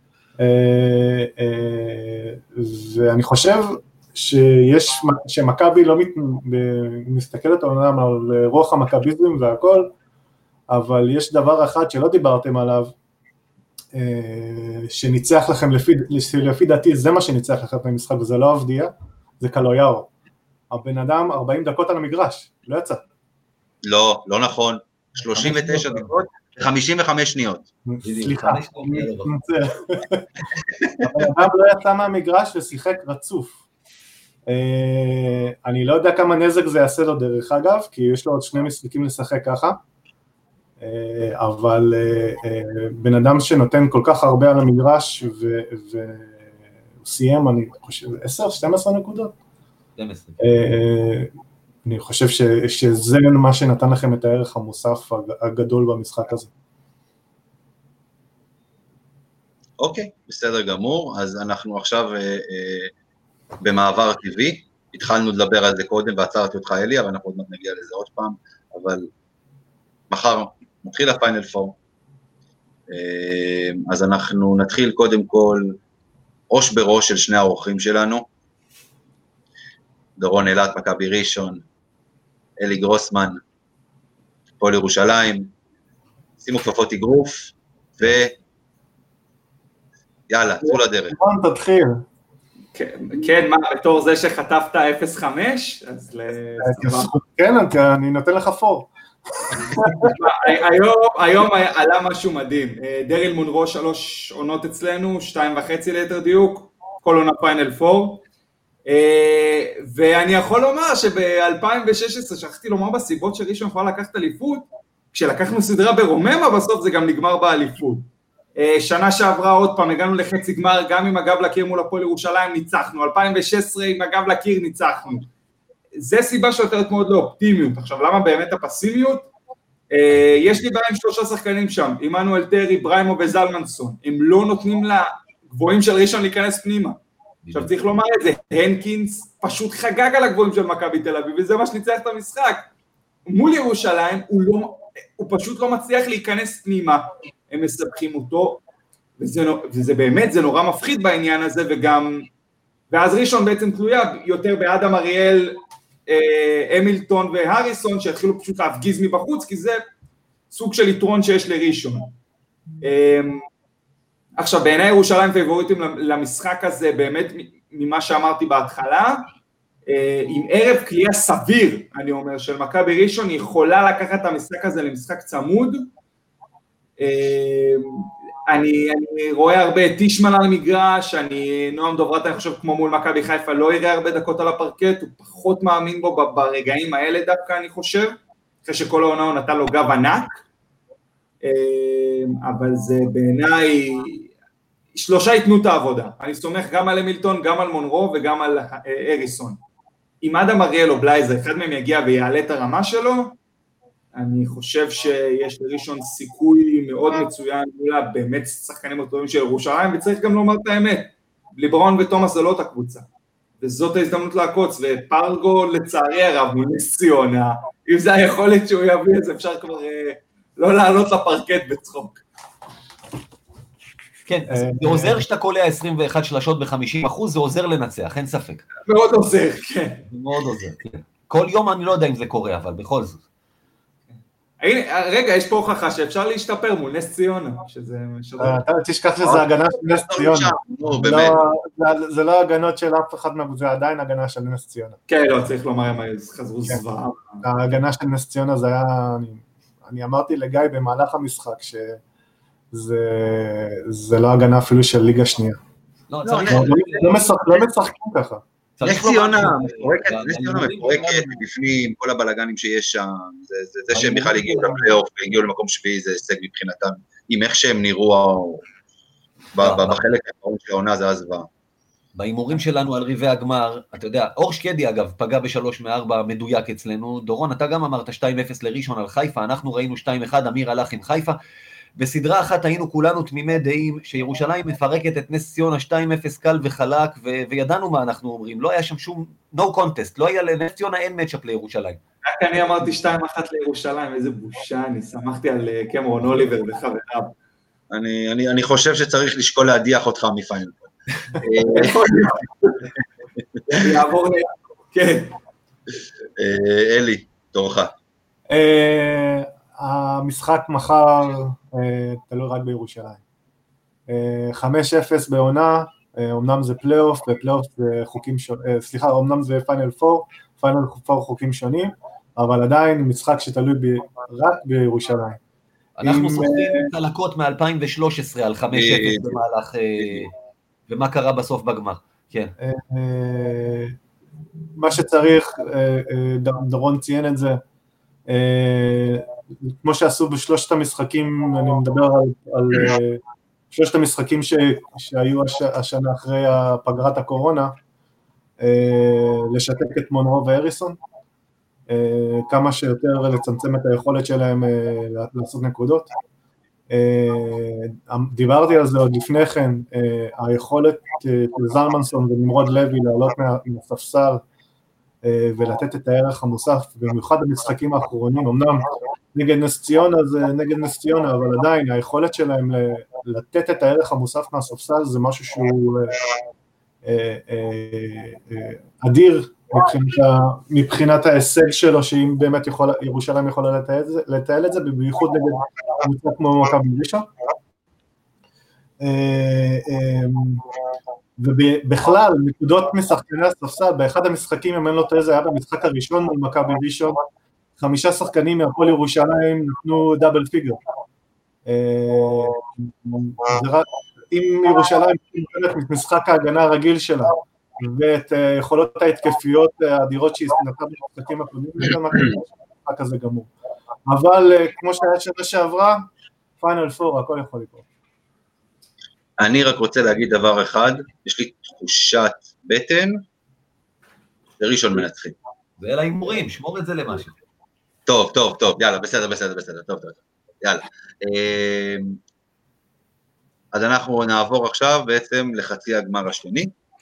ואני חושב שמכבי לא מסתכלת אומנם על רוח המכביזם והכל, אבל יש דבר אחד שלא דיברתם עליו, שניצח לכם, לפי דעתי זה מה שניצח לכם במשחק, וזה לא הבדיה, זה קלויארו. הבן אדם 40 דקות על המגרש, לא יצא. לא, לא נכון, 39 דקות, 55 שניות. סליחה, הבן אדם לא יצא מהמגרש ושיחק רצוף. אני לא יודע כמה נזק זה יעשה לו דרך אגב, כי יש לו עוד 2 משחקים לשחק ככה, אבל בן אדם שנותן כל כך הרבה על המגרש, והוא סיים, אני חושב, 10-12 נקודות. 12. אני חושב שזה מה שנתן לכם את הערך המוסף הגדול במשחק הזה. אוקיי, בסדר גמור, אז אנחנו עכשיו במעבר טבעי, התחלנו לדבר על זה קודם ועצרתי אותך אלי, אבל אנחנו עוד מעט נגיע לזה עוד פעם, אבל מחר מתחיל הפיינל פור, אז אנחנו נתחיל קודם כל ראש בראש של שני האורחים שלנו, דורון אילת, מכבי ראשון, אלי גרוסמן, הפועל ירושלים, שימו כפפות אגרוף, יאללה, צאו לדרך. דורון, תתחיל. כן, מה, בתור זה שחטפת 0-5? אז כן, אני נותן לך פור. היום עלה משהו מדהים, דריל מונרו 3 עונות אצלנו, 2.5 ליתר דיוק, כל עונה פיינל 4, ואני יכול לומר שב-2016, שכחתי לומר בסיבות שראשון יכולה לקחת אליפות, כשלקחנו סדרה ברוממה בסוף זה גם נגמר באליפות. שנה שעברה עוד פעם הגענו לחצי גמר, גם עם הגב לקיר מול הפועל ירושלים ניצחנו, 2016 עם הגב לקיר ניצחנו. זה סיבה שיותר מאוד לאופטימיות. עכשיו, למה באמת הפסימיות? יש לי בעיה עם 3 שחקנים שם, עמנואל טרי, בריימו וזלמנסון, הם לא נותנים לגבוהים של ראשון להיכנס פנימה. עכשיו צריך לומר את זה, הנקינס פשוט חגג על הגבוהים של מכבי תל אביב, וזה מה שניצח את המשחק. מול ירושלים הוא פשוט לא מצליח להיכנס פנימה, הם מסבכים אותו, וזה באמת, זה נורא מפחיד בעניין הזה, ואז ראשון בעצם תלויה יותר באדם אריאל, המילטון והריסון, שהתחילו פשוט להפגיז מבחוץ, כי זה סוג של יתרון שיש לראשון. עכשיו, בעיניי ירושלים פייבוריטים למשחק הזה, באמת ממה שאמרתי בהתחלה, עם ערב קליעה סביר, אני אומר, של מכבי ראשון, היא יכולה לקחת את המשחק הזה למשחק צמוד. אני רואה הרבה את תשמן על המגרש, נועם דוברת, אני חושב, כמו מול מכבי חיפה, לא יראה הרבה דקות על הפרקט, הוא פחות מאמין בו ברגעים האלה דווקא, אני חושב, אחרי שכל העונה הוא נתן לו גב ענק, אבל זה בעיניי, 3 ייתנו את העבודה, אני סומך גם על המילטון, גם על מונרו וגם על אריסון. אם אדם אריאל או בלייזר, אחד מהם יגיע ויעלה את הרמה שלו, אני חושב שיש לראשון סיכוי מאוד מצוין, מולה באמת שחקנים הטובים של ירושלים, וצריך גם לומר את האמת, ליברון ותומאס זה לא את הקבוצה, וזאת ההזדמנות לעקוץ, ופרגו לצערי הרב מול נס ציונה, אם זה היכולת שהוא יביא את זה, אפשר כבר לא לעלות לפרקט בצחוק. כן, זה עוזר שאתה קולע 21 שלשות ב-50%, זה עוזר לנצח, אין ספק. מאוד עוזר, כן. מאוד עוזר, כן. כל יום אני לא יודע אם זה קורה, אבל בכל זאת. רגע, יש פה הוכחה שאפשר להשתפר מול נס ציונה, שזה... אתה תשכח שזה הגנה של נס ציונה. זה לא הגנות של אף אחד, זה עדיין הגנה של נס ציונה. כן, לא, צריך לומר, הם חזרו זוועה. ההגנה של נס ציונה זה היה... אני אמרתי לגיא במהלך המשחק שזה לא הגנה אפילו של ליגה שנייה. לא משחקים ככה. נס ציונה מפורקת בפנים, כל הבלגנים שיש שם, זה שהם בכלל הגיעו לפלייאוף, הגיעו למקום שביעי, זה הישג מבחינתם, עם איך שהם נראו בחלק האחרון של העונה, זה הזוועה. בהימורים שלנו על ריבי הגמר, אתה יודע, אור שקדי אגב, פגע ב3 מ-4 מדויק אצלנו, דורון, אתה גם אמרת 2-0 לראשון על חיפה, אנחנו ראינו 2-1, אמיר הלך עם חיפה, בסדרה אחת היינו כולנו תמימי דעים שירושלים מפרקת את נס ציונה 2-0 קל וחלק, וידענו מה אנחנו אומרים, לא היה שם שום no contest, לא היה לנס ציונה, אין מצ'אפ לירושלים. רק אני אמרתי 2-1 לירושלים, איזה בושה, אני שמחתי על קמרון אוליבר וחבריו. אני חושב שצריך לשקול להדיח אותך מפיינל. יעבור לי, כן. אלי, תורך. המשחק מחר תלוי רק בירושלים. 5-0 בעונה, אמנם זה פלייאוף, ופלייאוף זה חוקים שונים, סליחה, אמנם זה פיינל 4, פיינל 4 חוקים שונים, אבל עדיין משחק שתלוי רק בירושלים. אנחנו סופרים צלקות מ-2013 על 5-0 במהלך, ומה קרה בסוף בגמר, כן. מה שצריך, דורון ציין את זה, כמו שעשו בשלושת המשחקים, אני מדבר על שלושת המשחקים שהיו השנה אחרי פגרת הקורונה, לשתק את מונרו ואריסון, כמה שיותר לצמצם את היכולת שלהם לעשות נקודות. דיברתי על זה עוד לפני כן, היכולת זלמנסון ונמרוד לוי לעלות מהספסל ולתת את הערך המוסף, במיוחד במשחקים האחרונים, אמנם נגד נס ציונה זה נגד נס ציונה, אבל עדיין היכולת שלהם לתת את הערך המוסף מהספסל זה משהו שהוא אדיר מבחינת ההישג שלו, שאם באמת ירושלים יכולה לתעל את זה, בייחוד נגד קבוצה כמו מכבי ראשון. ובכלל, נקודות משחקני הספסל, באחד המשחקים, אם אין לו תזה, היה במשחק הראשון מול מכבי ראשון, 5 שחקנים מהפועל ירושלים נתנו דאבל פיגר. אם ירושלים נותנת את משחק ההגנה הרגיל שלה, ואת יכולות ההתקפיות האדירות שהיא נתנה במשחקים הקודמים, המשחק הזה גמור. אבל כמו שהיה שנה שעברה, פיינל פור, הכל יכול לקרות. אני רק רוצה להגיד דבר אחד, יש לי תחושת בטן, וראשון מנצחים. זה אלה הימורים, שמור את זה למשהו. טוב, יאללה, בסדר, טוב, יאללה. אז אנחנו נעבור עכשיו בעצם לחצי הגמר השני,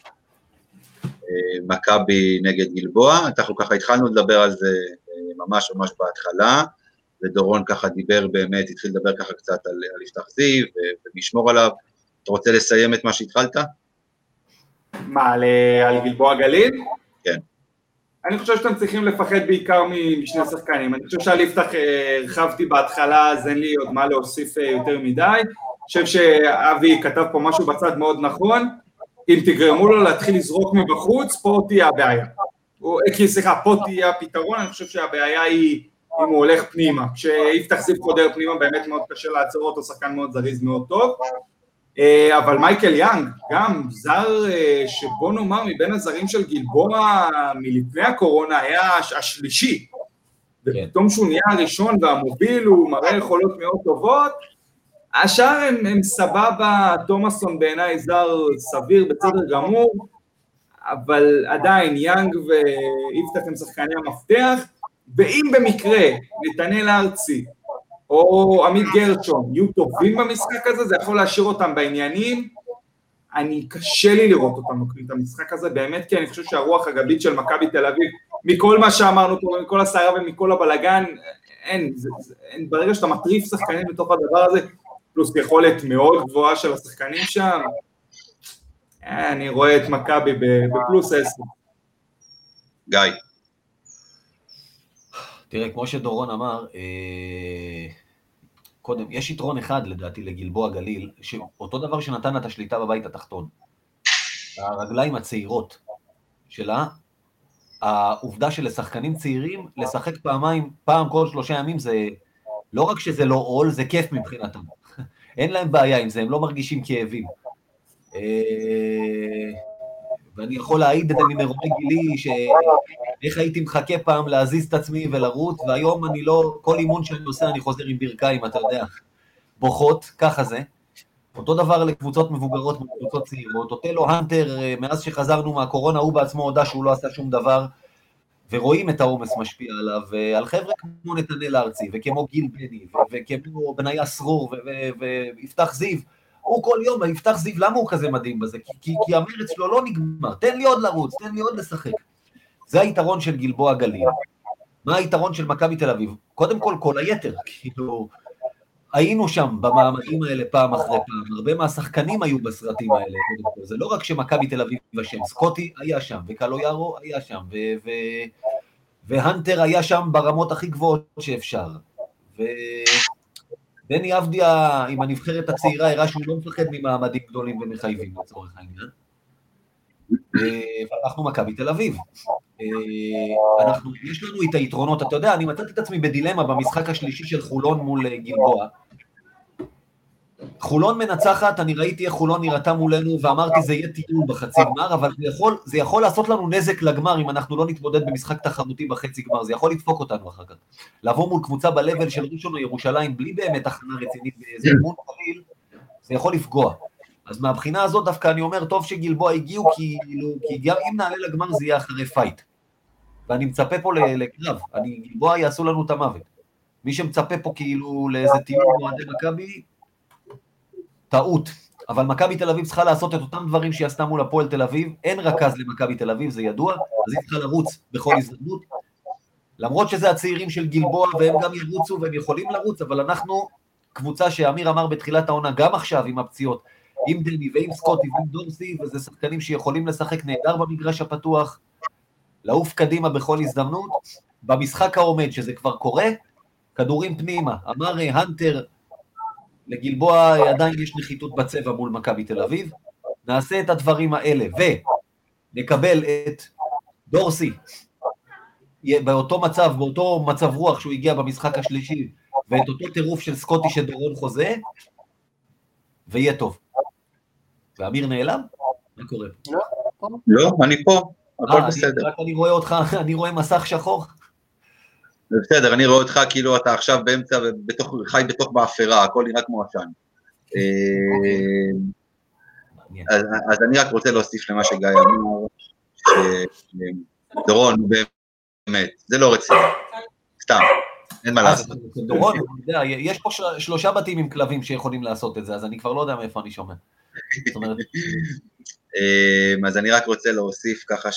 מכבי נגד גלבוע, אנחנו ככה התחלנו לדבר על זה ממש בהתחלה, ודורון ככה דיבר באמת, התחיל לדבר ככה קצת על יפתח זיו, ולשמור עליו. אתה רוצה לסיים את מה שהתחלת? מה, על גלבוע גליל? כן. אני חושב שאתם צריכים לפחד בעיקר משני שחקנים, אני חושב שעל יפתח הרחבתי בהתחלה, אז אין לי עוד מה להוסיף יותר מדי, אני חושב שאבי כתב פה משהו בצד מאוד נכון, אם תגרמו לו להתחיל לזרוק מבחוץ, פה תהיה הבעיה. פה תהיה הפתרון, אני חושב שהבעיה היא אם הוא הולך פנימה, כשיפתח זיו חודר פנימה באמת מאוד קשה לעצור אותו, שחקן מאוד זריז מאוד טוב, אבל מייקל יאנג, גם זר שבוא נאמר מבין הזרים של גלבוע מלפני הקורונה היה השלישי, ופתאום שהוא נהיה הראשון והמוביל הוא מראה יכולות מאוד טובות, השאר הם סבבה, תומאסון בעיניי זר סביר בסדר גמור, אבל עדיין יאנג ויפתח הם שחקני המפתח, ואם במקרה נתנאל ארצי או עמית גרשון יהיו טובים במשחק הזה, זה יכול להשאיר אותם בעניינים, אני קשה לי לראות אותם את המשחק הזה, באמת כי אני חושב שהרוח הגבית של מכבי תל אביב, מכל מה שאמרנו פה, מכל הסערה ומכל הבלגן, אין, ברגע שאתה מטריף שחקנים בתוך הדבר הזה, פלוס יכולת מאוד גבוהה של השחקנים שם, אני רואה את מכבי בפלוס 10. גיא. תראה, כמו שדורון אמר, קודם, יש יתרון אחד לדעתי לגלבוע גליל, שאותו דבר שנתן לה את השליטה בבית התחתון. הרגליים הצעירות שלה, העובדה של לשחקנים צעירים, לשחק פעם כל 3 ימים, זה לא רק שזה לא עול, זה כיף מבחינתם. אין להם בעיה עם זה, הם לא מרגישים כאבים. ואני יכול להעיד את זה ממרוני גילי, שאיך הייתי מחכה פעם להזיז את עצמי ולרוץ, והיום אני לא, כל אימון שאני עושה אני חוזר עם ברכיים, אתה יודע, בוכות, ככה זה. אותו דבר לקבוצות מבוגרות וקבוצות צעירות, אוטלו הנטר, מאז שחזרנו מהקורונה, הוא בעצמו הודע שהוא לא עשה שום דבר, ורואים את העומס משפיע עליו, ועל חבר'ה כמו נתנאל ארצי, וכמו גיל בני, וכמו בניה סרור, ויפתח זיו, הוא כל יום, יפתח זיו, למה הוא כזה מדהים בזה? כי המרץ שלו לא נגמר, תן לי עוד לרוץ, תן לי עוד לשחק. זה היתרון של גלבוע גליל. מה היתרון של מכבי תל אביב? קודם כל היתר, כאילו, היינו שם במאמרים האלה פעם אחרי פעם, הרבה מהשחקנים היו בסרטים האלה, זה לא רק שמכבי תל אביב בשם, סקוטי היה שם, וקלו יארו היה שם, והנטר היה שם ברמות הכי גבוהות שאפשר, דני אבדיה עם הנבחרת הצעירה הראה שהוא לא מפחד ממעמדים גדולים ומחייבים לצורך העניין, ואנחנו מכבי תל אביב, יש לנו את היתרונות, אתה יודע, אני מצאתי את עצמי בדילמה במשחק השלישי של חולון מול גלבוע, חולון מנצחת, אני ראיתי איך חולון נראתה מולנו, ואמרתי זה יהיה טיול בחצי גמר, אבל זה יכול לעשות לנו נזק לגמר, אם אנחנו לא נתמודד במשחק תחרותי בחצי גמר, זה יכול לדפוק אותנו אחר כך. לבוא מול קבוצה בלבל של ראשון או ירושלים, בלי באמת הכנה רצינית, זה אימון קליל, זה יכול לפגוע. אז מהבחינה הזאת דווקא אני אומר, טוב שגלבוע הגיעו, כי גם אם נעלה לגמר זה יהיה אחרי פייט. ואני מצפה פה לקרב, גלבוע יעשו לנו את המוות. מי שמצפה פה כאילו לאיזה טיול מועדי מכבי, טעות, אבל מכבי תל אביב צריכה לעשות את אותם דברים שהיא עשתה מול הפועל תל אביב, אין רכז למכבי תל אביב, זה ידוע, אז היא צריכה לרוץ בכל הזדמנות, למרות שזה הצעירים של גלבוע, והם גם ירוצו והם יכולים לרוץ, אבל אנחנו קבוצה שאמיר אמר בתחילת העונה, גם עכשיו עם הפציעות, עם דני ועם סקוטי ועם דורסי, וזה שחקנים שיכולים לשחק נהדר במגרש הפתוח, לעוף קדימה בכל הזדמנות, במשחק העומד, שזה כבר קורה, כדורים פנימה, אמר הנטר, לגלבוע עדיין יש נחיתות בצבע מול מכבי תל אביב, נעשה את הדברים האלה, ונקבל את דורסי, באותו מצב רוח שהוא הגיע במשחק השלישי, ואת אותו טירוף של סקוטי שדורון חוזה, ויהיה טוב. ואמיר נעלם? מה קורה? לא, אני פה, הכל בסדר. רק אני רואה אותך, אני רואה מסך שחור. בסדר, אני רואה אותך כאילו אתה עכשיו באמצע, חי בתוך באפרה, הכל נראה כמו עשן. אז אני רק רוצה להוסיף למה שגיא אמר, דורון, באמת, זה לא רציני, סתם, אין מה לעשות. דורון, יש פה 3 בתים עם כלבים שיכולים לעשות את זה, אז אני כבר לא יודע מאיפה אני שומע. אז אני רק רוצה להוסיף ככה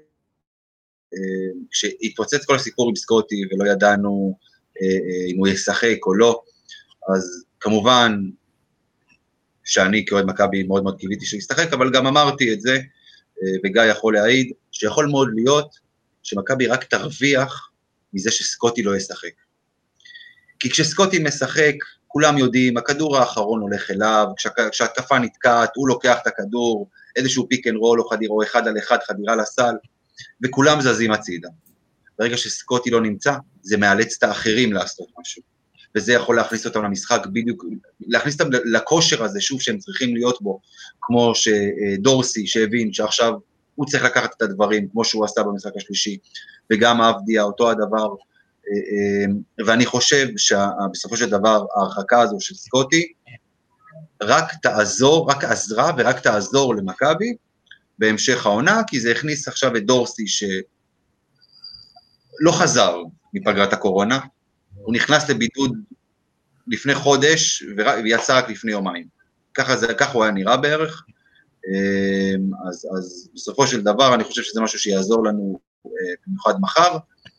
כשהתפוצץ כל הסיפור עם סקוטי ולא ידענו אם הוא ישחק או לא, אז כמובן שאני כאוהד מכבי מאוד מאוד קיוויתי שישחק, אבל גם אמרתי את זה, וגיא יכול להעיד, שיכול מאוד להיות שמכבי רק תרוויח מזה שסקוטי לא ישחק. כי כשסקוטי משחק, כולם יודעים, הכדור האחרון הולך אליו, כשהתקפה נתקעת, הוא לוקח את הכדור, איזשהו פיק אנד רול או 1 על 1 חדירה לסל, וכולם זזים הצידה. ברגע שסקוטי לא נמצא, זה מאלץ את האחרים לעשות משהו. וזה יכול להכניס אותם למשחק בדיוק, להכניס אותם לכושר הזה, שוב שהם צריכים להיות בו, כמו שדורסי שהבין שעכשיו הוא צריך לקחת את הדברים, כמו שהוא עשה במשחק השלישי, וגם אבדיה, אותו הדבר, ואני חושב שבסופו של דבר, ההרחקה הזו של סקוטי, רק עזרה ורק תעזור למכבי, בהמשך העונה, כי זה הכניס עכשיו את דורסי, שלא חזר מפגרת הקורונה, הוא נכנס לבידוד לפני חודש, ויצא רק לפני יומיים. כך הוא היה נראה בערך, אז בסופו של דבר, אני חושב שזה משהו שיעזור לנו במיוחד מחר,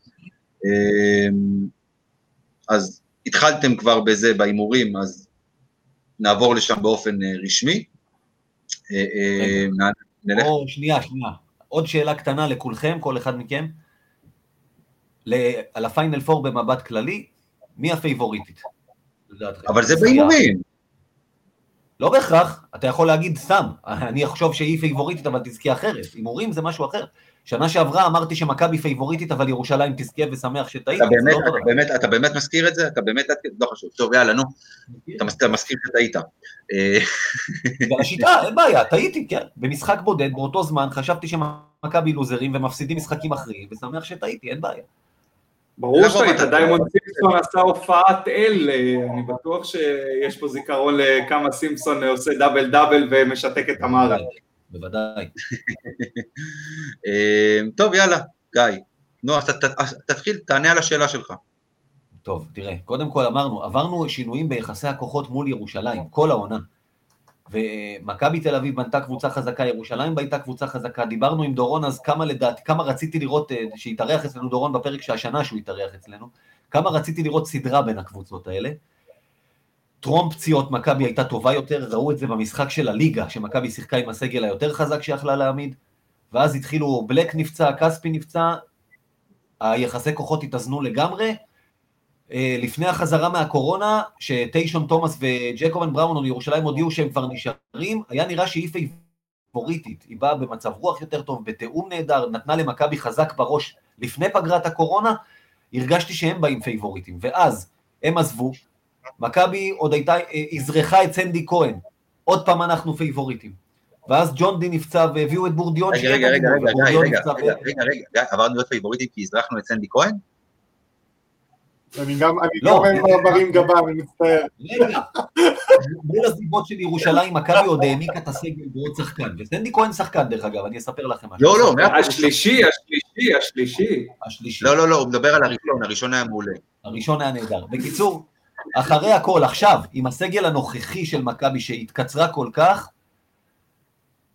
אז התחלתם כבר בזה בהימורים, אז נעבור לשם באופן רשמי. שנייה. עוד שאלה קטנה לכולכם, כל אחד מכם. על הפיינל פור במבט כללי, מי הפייבוריטית? אבל זה בהימורים. לא בהכרח, אתה יכול להגיד סתם, אני חושב שהיא פייבוריטית, אבל תזכי אחרת. הימורים זה משהו אחר. שנה שעברה אמרתי שמכבי פייבוריטית, אבל ירושלים תזכה ושמח שטעית. אתה באמת מזכיר את זה? אתה באמת, לא חשוב. טוב, יאללה, נו. אתה מזכיר שטעית. והשיטה, אין בעיה, טעיתי, כן. במשחק בודד, באותו זמן, חשבתי שמכבי לוזרים ומפסידים משחקים אחרים, ושמח שטעיתי, אין בעיה. ברור שטעית, דיימונד סימפסון עשה הופעת אל, אני בטוח שיש פה זיכרון לכמה סימפסון עושה דאבל ומשתק את המערכת. בוודאי. טוב, יאללה, גיא. נו, אז תתחיל, תענה על השאלה שלך. טוב, תראה, קודם כל עברנו שינויים ביחסי הכוחות מול ירושלים, כל העונה. ומכבי תל אביב בנתה קבוצה חזקה, ירושלים בנתה קבוצה חזקה, דיברנו עם דורון אז כמה רציתי לראות שיתארח אצלנו דורון בפרק שהשנה שהוא יתארח אצלנו, כמה רציתי לראות סדרה בין הקבוצות האלה. טרום פציעות מכבי הייתה טובה יותר, ראו את זה במשחק של הליגה, שמכבי שיחקה עם הסגל היותר חזק שיכלה להעמיד, ואז התחילו בלק נפצע, קספי נפצע, היחסי כוחות התאזנו לגמרי, לפני החזרה מהקורונה, שטיישון תומאס וג'קובן בראון או ירושלים הודיעו שהם כבר נשארים, היה נראה שהיא פייבוריטית, היא באה במצב רוח יותר טוב, בתיאום נהדר, נתנה למכבי חזק בראש לפני פגרת הקורונה, הרגשתי שהם באים פייבוריטים, ואז הם עזבו, מכבי עוד הייתה, הזרחה את סנדי כהן, עוד פעם אנחנו פייבוריטים, ואז ג'ון די נפצע והביאו את בורדיון, רגע, עברנו להיות פייבוריטים כי הזרחנו את סנדי כהן? אני גם מרים גבה, אני מצטער. רגע, מול הסיבות של ירושלים, מכבי עוד העמיקה את הסגל בעוד שחקן, וסנדי כהן שחקן דרך אגב, אני אספר לכם משהו. לא, השלישי. לא, הוא מדבר על הראשון היה מעולה. הראשון היה נהדר. בקיצור, אחרי הכל, עכשיו, עם הסגל הנוכחי של מכבי שהתקצרה כל כך,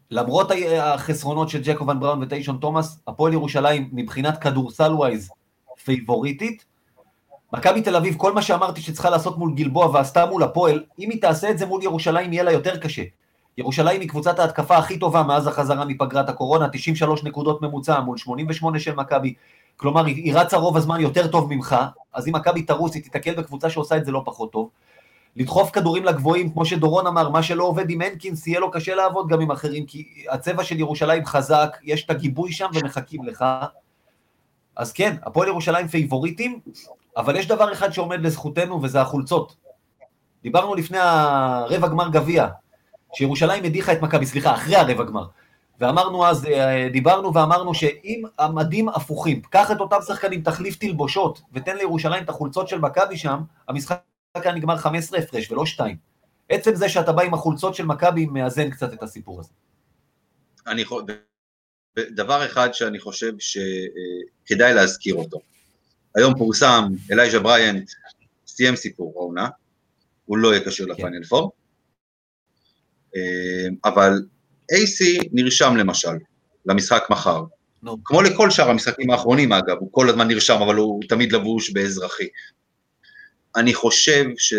למרות החסרונות של ג'קובן בראון וטיישון תומאס, הפועל ירושלים מבחינת כדורסל ווייז, פייבוריטית. מכבי תל אביב, כל מה שאמרתי שצריכה לעשות מול גלבוע ועשתה מול הפועל, אם היא תעשה את זה מול ירושלים, יהיה לה יותר קשה. ירושלים היא קבוצת ההתקפה הכי טובה מאז החזרה מפגרת הקורונה, 93 נקודות ממוצע מול 88 של מכבי, כלומר היא רצה רוב הזמן יותר טוב ממך, אז אם מכבי תרוץ היא תתקל בקבוצה שעושה את זה לא פחות טוב. לדחוף כדורים לגבוהים, כמו שדורון אמר, מה שלא עובד עם הנקינס, יהיה לו קשה לעבוד גם עם אחרים, כי הצבע של ירושלים חזק, יש את הגיבוי שם ומחכים לך. אז כן, הפועל ירושלים פייבוריטים, אבל יש דבר אחד שעומד לזכותנו, וזה החולצות. דיברנו לפני הרבע גמר גביע, שירושלים הדיחה את מכבי, סליחה, אחרי הרבע גמר. ואמרנו אז, דיברנו ואמרנו שאם המדים הפוכים, קח את אותם שחקנים, תחליף תלבושות, ותן לירושלים את החולצות של מכבי שם, המשחק היה נגמר 15 הפרש ולא 2. עצם זה שאתה בא עם החולצות של מכבי, מאזן קצת את הסיפור הזה. דבר אחד שאני חושב שכדאי להזכיר אותו. היום פורסם, אלייג'ה בריינט סיים סיפור העונה, הוא לא יהיה קשור לפיינל פור, אבל AC נרשם למשל, למשחק מחר, כמו לכל שאר המשחקים האחרונים אגב, הוא כל הזמן נרשם, אבל הוא תמיד לבוש באזרחי. אני חושב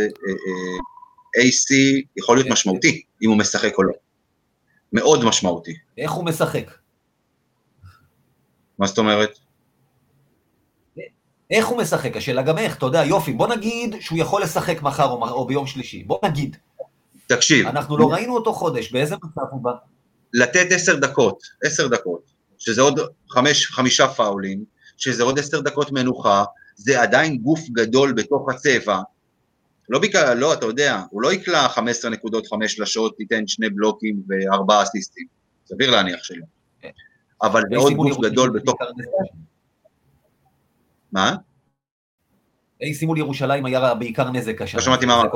ש-AC יכול להיות משמעותי, אם הוא משחק או לא. מאוד משמעותי. איך הוא משחק? מה זאת אומרת? איך הוא משחק? השאלה גם איך, אתה יודע, יופי, בוא נגיד שהוא יכול לשחק מחר או ביום שלישי, בוא נגיד. תקשיב. אנחנו לא ראינו אותו חודש, באיזה מצב הוא בא? לתת 10 דקות, שזה עוד 5 פאולים, שזה עוד 10 דקות מנוחה, זה עדיין גוף גדול בתוך הצבע, לא, אתה יודע, הוא לא יקלה 15 נקודות, 5 שלשות, תיתן 2 בלוקים ו4 אסיסטים, סביר להניח שלא. אבל זה עוד גוף גדול בתוך... מה? AC מול ירושלים היה בעיקר נזק השנה. לא שמעתי מה אמרת.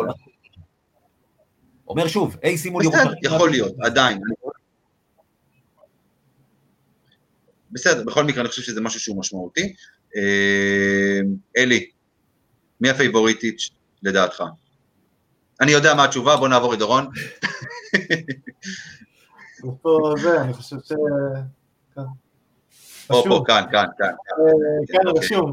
אומר שוב, AC מול ירושלים... יכול להיות, עדיין. בסדר, בכל מקרה אני חושב שזה משהו שהוא משמעותי. אלי, מי הפייבוריטית לדעתך? אני יודע מה התשובה, בוא נעבור לדורון. פה זה, אני חושב ש... כאן. כן, רשום.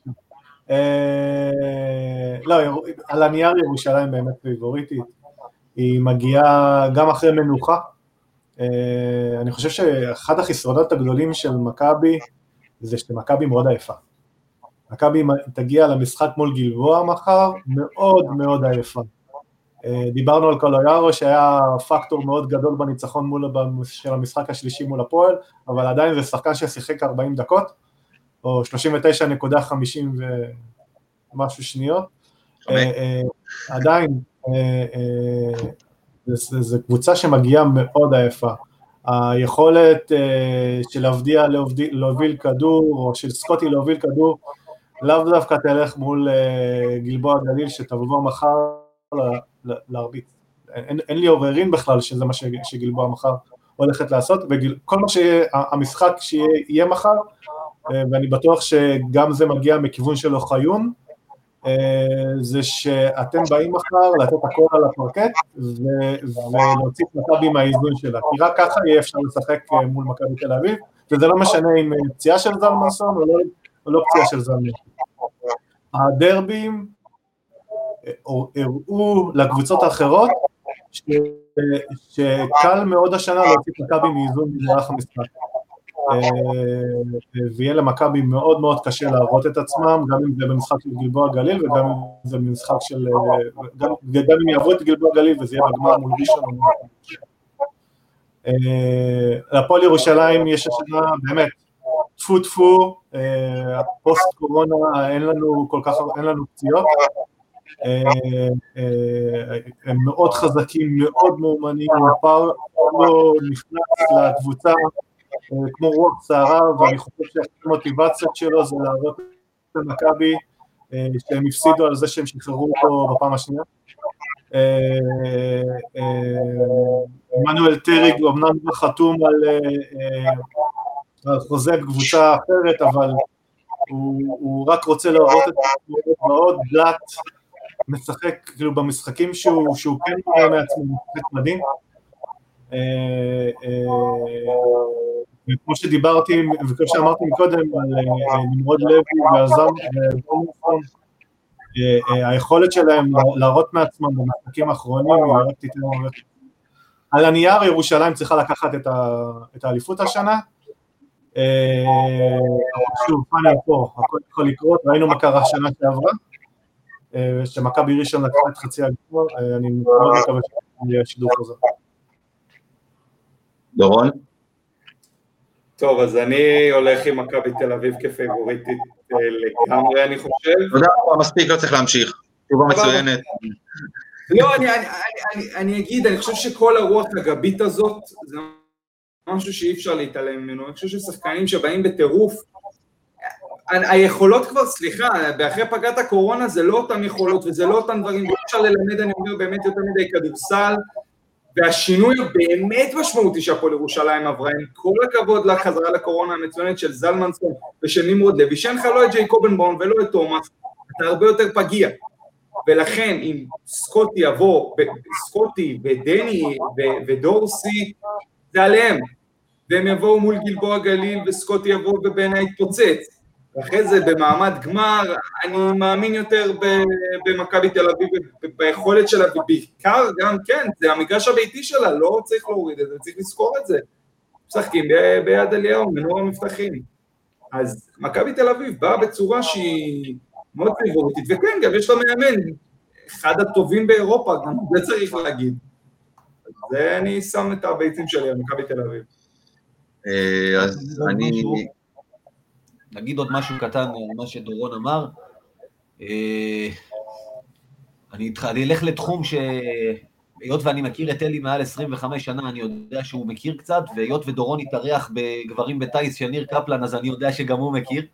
לא, על הנייר ירושלים באמת פייבוריטית, היא מגיעה גם אחרי מנוחה, אני חושב שאחד החסרונות הגדולים של מכבי, זה שמכבי מאוד עייפה. מכבי תגיע למשחק מול גלבוע מחר, מאוד מאוד עייפה. דיברנו על קולויארו שהיה פקטור מאוד גדול בניצחון של המשחק השלישי מול הפועל, אבל עדיין זה שחקן ששיחק 40 דקות, או 39.50 ומשהו שניות. עדיין, זו קבוצה שמגיעה מאוד עייפה. היכולת של עבדיה להוביל כדור, או של סקוטי להוביל כדור, לאו דווקא תלך מול גלבוע גליל שתבוא מחר להרביץ. אין לי עוררין בכלל שזה מה שגלבוע מחר הולכת לעשות, וכל מה שהמשחק שיהיה מחר, ואני בטוח שגם זה מגיע מכיוון של אוחיון, זה שאתם באים מחר לתת הכל על הפרקט, ולהוציא את מכבי מהאיזון שלה, כי רק ככה יהיה אפשר לשחק מול מכבי תל אביב, וזה לא משנה אם פציעה של זלמנסון או לא פציעה של זלמנסון. הדרבים הראו לקבוצות האחרות, שקל מאוד השנה להוציא את מכבי מאיזון במהלך המשחק. ויהיה למכבי מאוד מאוד קשה להראות את עצמם, גם אם זה במשחק של גלבוע גליל, וגם אם זה במשחק של... גם אם יעברו את גלבוע גליל, וזה יהיה בגמר מול ראשון. לפועל ירושלים יש השנה, באמת, טפו, הפוסט קורונה, אין לנו פציעות, הם מאוד חזקים, מאוד מאומנים, הפער לא נכנס לקבוצה, כמו רוח שערה, ואני חושב שהמוטיבציות שלו זה להראות את מכבי, שהם הפסידו על זה שהם שחררו אותו בפעם השנייה. מנואל טריג אמנם חתום על חוזה קבוצה אחרת, אבל הוא רק רוצה להראות את זה מאוד בלט, משחק כאילו במשחקים שהוא כן מראה מעצמו, משחק מדהים. כמו שדיברתי, וכמו שאמרתי מקודם, על נמרוד לוי ועל זלמנסון, היכולת שלהם להראות מעצמם במשחקים האחרונים, היא רק תיתן הרבה. על הנייר ירושלים צריכה לקחת את האליפות השנה, שוב, פאנל פה, הכל יכול לקרות, ראינו מה קרה שנה שעברה, שמכבי ראשון לקחה את חצי הגמר, אני מאוד מקווה שיהיה שידור חוזר. דורון? טוב, אז אני הולך עם מכבי תל אביב כפייבוריטית לגמרי, אני חושב. תודה, מספיק, לא צריך להמשיך. תשובה מצוינת. לא, אני אגיד, אני חושב שכל הרוח הגבית הזאת, זה משהו שאי אפשר להתעלם ממנו. אני חושב ששחקנים שבאים בטירוף, היכולות כבר, סליחה, באחרי פגרת הקורונה זה לא אותם יכולות וזה לא אותם דברים, אפשר ללמד, אני אומר, באמת יותר מדי כדורסל, והשינוי באמת משמעותי שהפועל ירושלים עברה, עם כל הכבוד לחזרה לקורונה המצוינת של זלמנסון ושל נמרוד לוי, שאין לך לא את ג'ייקובנבאום ולא את תומאס, אתה הרבה יותר פגיע, ולכן אם סקוטי יבוא, סקוטי ודני ודורסי, זה עליהם, והם יבואו מול גלבוע גליל וסקוטי יבוא ובעיני יתפוצץ, ואחרי זה במעמד גמר, אני מאמין יותר במכבי תל אביב, ביכולת שלה, ובעיקר גם כן, זה המגרש הביתי שלה, לא צריך להוריד את זה, צריך לזכור את זה. משחקים ביד אליהו, מנור המבטחים. אז מכבי תל אביב באה בצורה שהיא מאוד פייבוריטית, וכן, גם יש לה מאמן, אחד הטובים באירופה, גם זה צריך להגיד. זה אני שם את הביצים שלי על מכבי תל אביב. אז אני... נגיד עוד משהו קטן על מה שדורון אמר, אני אלך לתחום שהיות ואני מכיר את אלי מעל 25 שנה, אני יודע שהוא מכיר קצת, והיות ודורון התארח בגברים בטייס של ניר קפלן, אז אני יודע שגם הוא מכיר.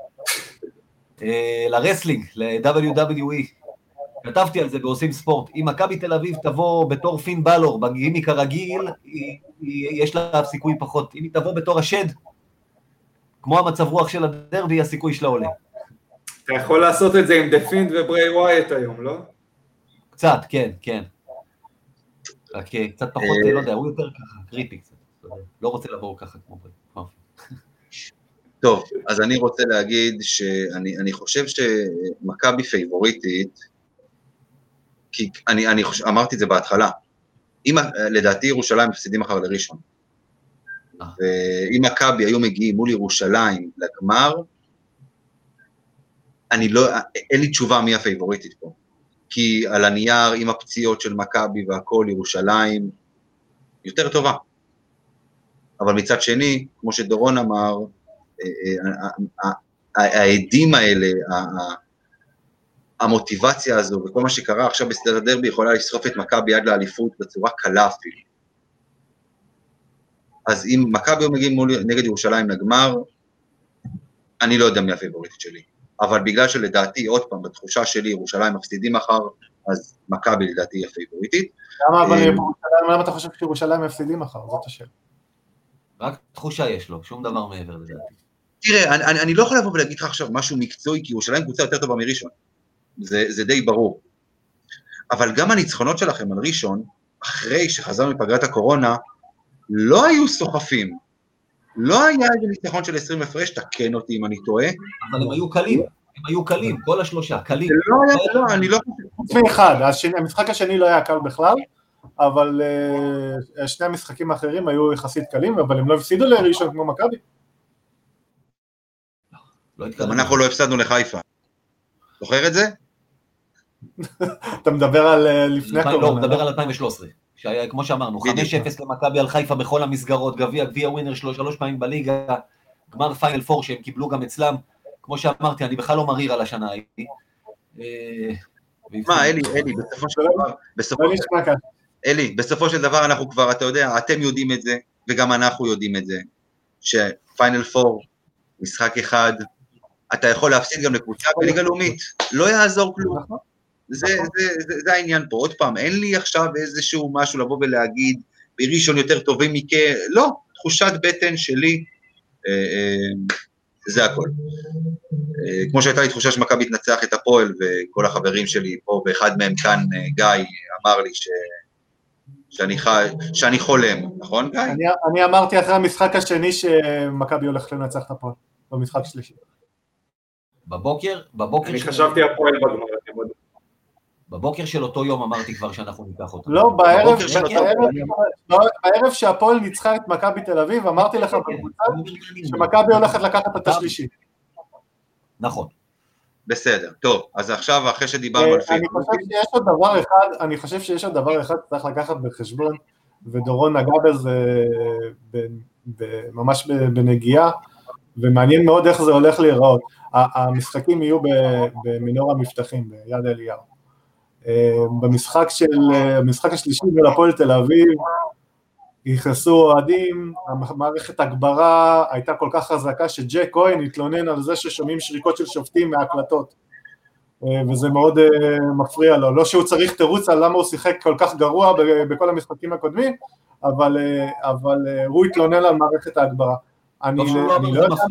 לרסלינג, ל-WWE, כתבתי על זה בעושים ספורט, אם מכבי תל אביב תבוא בתור פין בלור, בגימיק הרגיל, יש לה סיכוי פחות, אם היא תבוא בתור השד, כמו המצב רוח של הדרבי, הסיכוי שלה עולה. אתה יכול לעשות את זה עם דפינד וברי ווייט היום, לא? קצת, כן, כן. רק קצת פחות, לא יודע, הוא יותר ככה, קריפי קצת. לא רוצה לעבור ככה כמו ברי. טוב, אז אני רוצה להגיד שאני חושב שמכבי פייבוריטית, כי אני אמרתי את זה בהתחלה, לדעתי ירושלים מפסידים מחר לראשון. ואם מכבי היו מגיעים מול ירושלים לגמר, אין לי תשובה מי הפייבוריטית פה. כי על הנייר, עם הפציעות של מכבי והכל, ירושלים יותר טובה. אבל מצד שני, כמו שדורון אמר, העדים האלה, המוטיבציה הזו, וכל מה שקרה עכשיו בסדר הדרבי, יכולה לסחוף את מכבי עד לאליפות בצורה קלה אפילו. אז אם מכבי מגיעים נגד ירושלים לגמר, אני לא יודע מי הפייבוריטית שלי. אבל בגלל שלדעתי, עוד פעם, בתחושה שלי, ירושלים מפסידים מחר, אז מכבי לדעתי היא הפייבוריטית. למה אתה חושב שירושלים מפסידים מחר? זאת השאלה. רק תחושה יש לו, שום דבר מעבר לדעתי. תראה, אני לא יכול לבוא ולהגיד לך עכשיו משהו מקצועי, כי ירושלים קבוצה יותר טובה מראשון. זה די ברור. אבל גם הניצחונות שלכם על ראשון, אחרי שחזרנו מפגרת הקורונה, לא היו סוחפים. לא היה איזה ניצחון של 20 הפרש, תקן אותי אם אני טועה. אבל הם היו קלים, כל השלושה, קלים. אני לא... חוץ מאחד, המשחק השני לא היה קל בכלל, אבל שני המשחקים האחרים היו יחסית קלים, אבל הם לא הפסידו לראשון כמו מכבי. גם אנחנו לא הפסדנו לחיפה. זוכר את זה? אתה מדבר על לפני הקורונה. לא, הוא מדבר על 2013. שהיה, כמו שאמרנו, 5-0 למכבי על חיפה בכל המסגרות, גביע ווינר 3 פעמים בליגה, גמר פיינל 4 שהם קיבלו גם אצלם, כמו שאמרתי, אני בכלל לא מריר על השנה ההיא. מה, אלי, בסופו של דבר אנחנו כבר, אתה יודע, אתם יודעים את זה, וגם אנחנו יודעים את זה, שפיינל 4, משחק אחד, אתה יכול להפסיד גם לקבוצה בליגה לאומית, לא יעזור כלום. זה העניין פה, עוד פעם, אין לי עכשיו איזשהו משהו לבוא ולהגיד, בראשון יותר טובים מכם, לא, תחושת בטן שלי, זה הכל. כמו שהייתה לי תחושה שמכבי תנצח את הפועל, וכל החברים שלי פה, ואחד מהם כאן, גיא, אמר לי שאני חולם, נכון גיא? אני אמרתי אחרי המשחק השני שמכבי הולך לנצח את הפועל, במשחק שלישי. בבוקר אני חשבתי הפועל בגמר. בבוקר של אותו יום אמרתי כבר שאנחנו ניקח אותו. לא, בערב שהפועל ניצחה את מכבי תל אביב, אמרתי לך בקבוצה שמכבי הולכת לקחת את השלישי. נכון. בסדר, טוב, אז עכשיו אחרי שדיברנו על פייסבוק. אני חושב שיש עוד דבר אחד שצריך לקחת בחשבון, ודורון נגע בזה ממש בנגיעה, ומעניין מאוד איך זה הולך להיראות. המשחקים יהיו במנור המבטחים, ביד אליהו. במשחק השלישי של הפועל תל אביב, יכנסו אוהדים, המערכת הגברה הייתה כל כך חזקה שג'ק כהן התלונן על זה ששומעים שריקות של שופטים מההקלטות, וזה מאוד מפריע לו, לא שהוא צריך תירוץ על למה הוא שיחק כל כך גרוע בכל המשחקים הקודמים, אבל הוא התלונן על מערכת ההגברה. אני לא יודע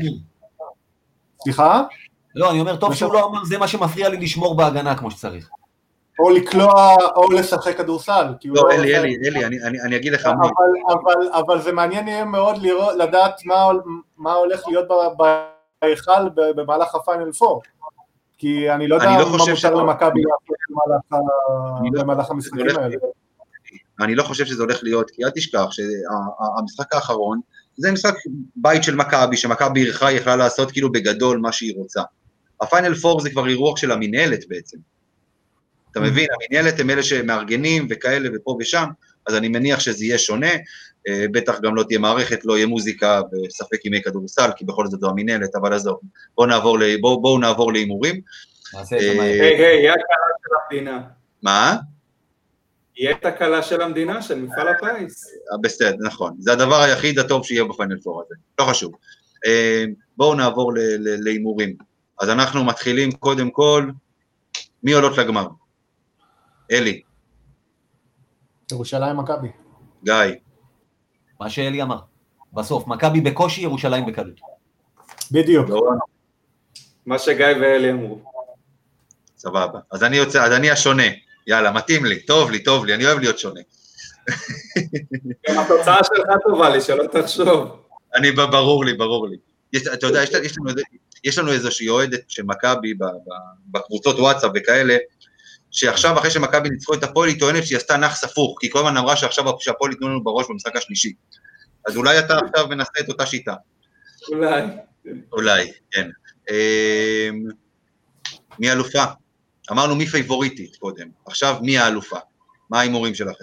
סליחה? לא, אני אומר טוב שהוא לא אמר, זה מה שמפריע לי לשמור בהגנה כמו שצריך. או לקלוע, או לשחק כדורסל. לא, אלי, אני אגיד לך. אבל זה מעניין יהיה מאוד לדעת מה הולך להיות בהיכל במהלך הפיינל פור. כי אני לא יודע מה מותר למכבי במהלך המשחקים האלה. אני לא חושב שזה הולך להיות, כי אל תשכח שהמשחק האחרון, זה משחק בית של מכבי, שמכבי ערכה יכלה לעשות כאילו בגדול מה שהיא רוצה. הפיינל פור זה כבר אירוח של המנהלת בעצם. אתה מבין, המנהלת הם אלה שמארגנים וכאלה ופה ושם, אז אני מניח שזה יהיה שונה, בטח גם לא תהיה מערכת, לא יהיה מוזיקה בספק ימי כדורסל, כי בכל זאת זו המנהלת, אבל עזוב, בואו נעבור להימורים. יהיה הקלה של המדינה. מה? יהיה את הקלה של המדינה, של מפעל הפיס. בסדר, נכון, זה הדבר היחיד הטוב שיהיה בפיינל פור הזה, לא חשוב. בואו נעבור להימורים. אז אנחנו מתחילים קודם כל, מי עולות לגמר? אלי. ירושלים מכבי. גיא. מה שאלי אמר. בסוף, מכבי בקושי, ירושלים בקלות. בדיוק. מה שגיא ואלי אמרו. סבבה. אז אני השונה. יאללה, מתאים לי, טוב לי, אני אוהב להיות שונה. גם התוצאה שלך טובה לי, שלא תחשוב. ברור לי. אתה יודע, יש לנו איזושהי אוהדת של מכבי בקבוצות וואטסאפ וכאלה, שעכשיו אחרי שמכבי ניצחו את הפועל, היא טוענת שהיא עשתה נחס הפוך, כי כל הזמן אמרה שעכשיו שהפועל ייתנו לנו בראש במשחק השלישי. אז אולי אתה עכשיו מנסה את אותה שיטה. אולי, כן. מי האלופה? אמרנו מי פייבוריטית קודם, עכשיו מי האלופה? מה ההימורים שלכם?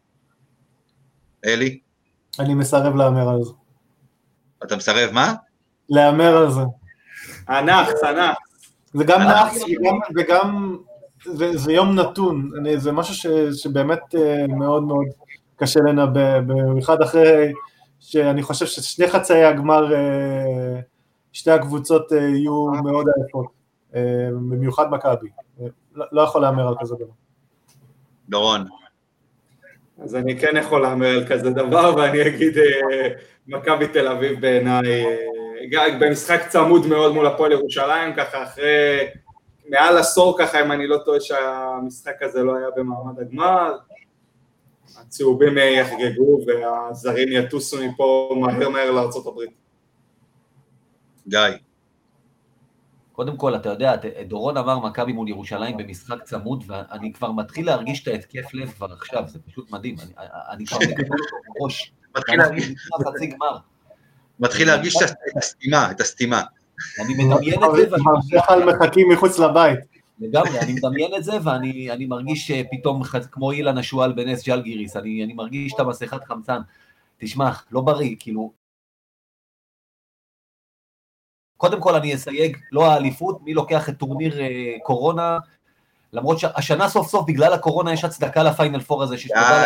אלי? אני מסרב לאמר על זה. אתה מסרב מה? לאמר על זה. הנחס. זה גם נחס וגם זה יום נתון, זה משהו שבאמת מאוד מאוד קשה לנבא, במיוחד אחרי שאני חושב ששני חצאי הגמר, שתי הקבוצות יהיו מאוד עייפות, במיוחד מכבי, לא יכול לאמר על כזה דבר. דורון. אז אני כן יכול לאמר על כזה דבר, ואני אגיד מכבי תל אביב בעיניי, במשחק צמוד מאוד מול הפועל ירושלים, ככה אחרי מעל עשור ככה, אם אני לא טועה שהמשחק הזה לא היה במעמד הגמר, הצהובים יחגגו והזרים יטוסו מפה מהר לארצות הברית. גיא. קודם כל, אתה יודע, דורון אמר מכבי מול ירושלים במשחק צמוד, ואני כבר מתחיל להרגיש את ההתקף לב כבר עכשיו, זה פשוט מדהים, אני כבר מקבל אותו בראש. מתחיל להרגיש את הסתימה. אני מדמיין את זה, ואני מחכים מחוץ לבית. לגמרי, אני מדמיין את זה, ואני מרגיש פתאום כמו אילן השואל בנס ג'לגיריס, אני מרגיש את המסכת חמצן, תשמע, לא בריא, כאילו, קודם כל אני אסייג, לא האליפות, מי לוקח את טורניר קורונה, למרות שהשנה סוף סוף בגלל הקורונה יש הצדקה לפיינל פור הזה,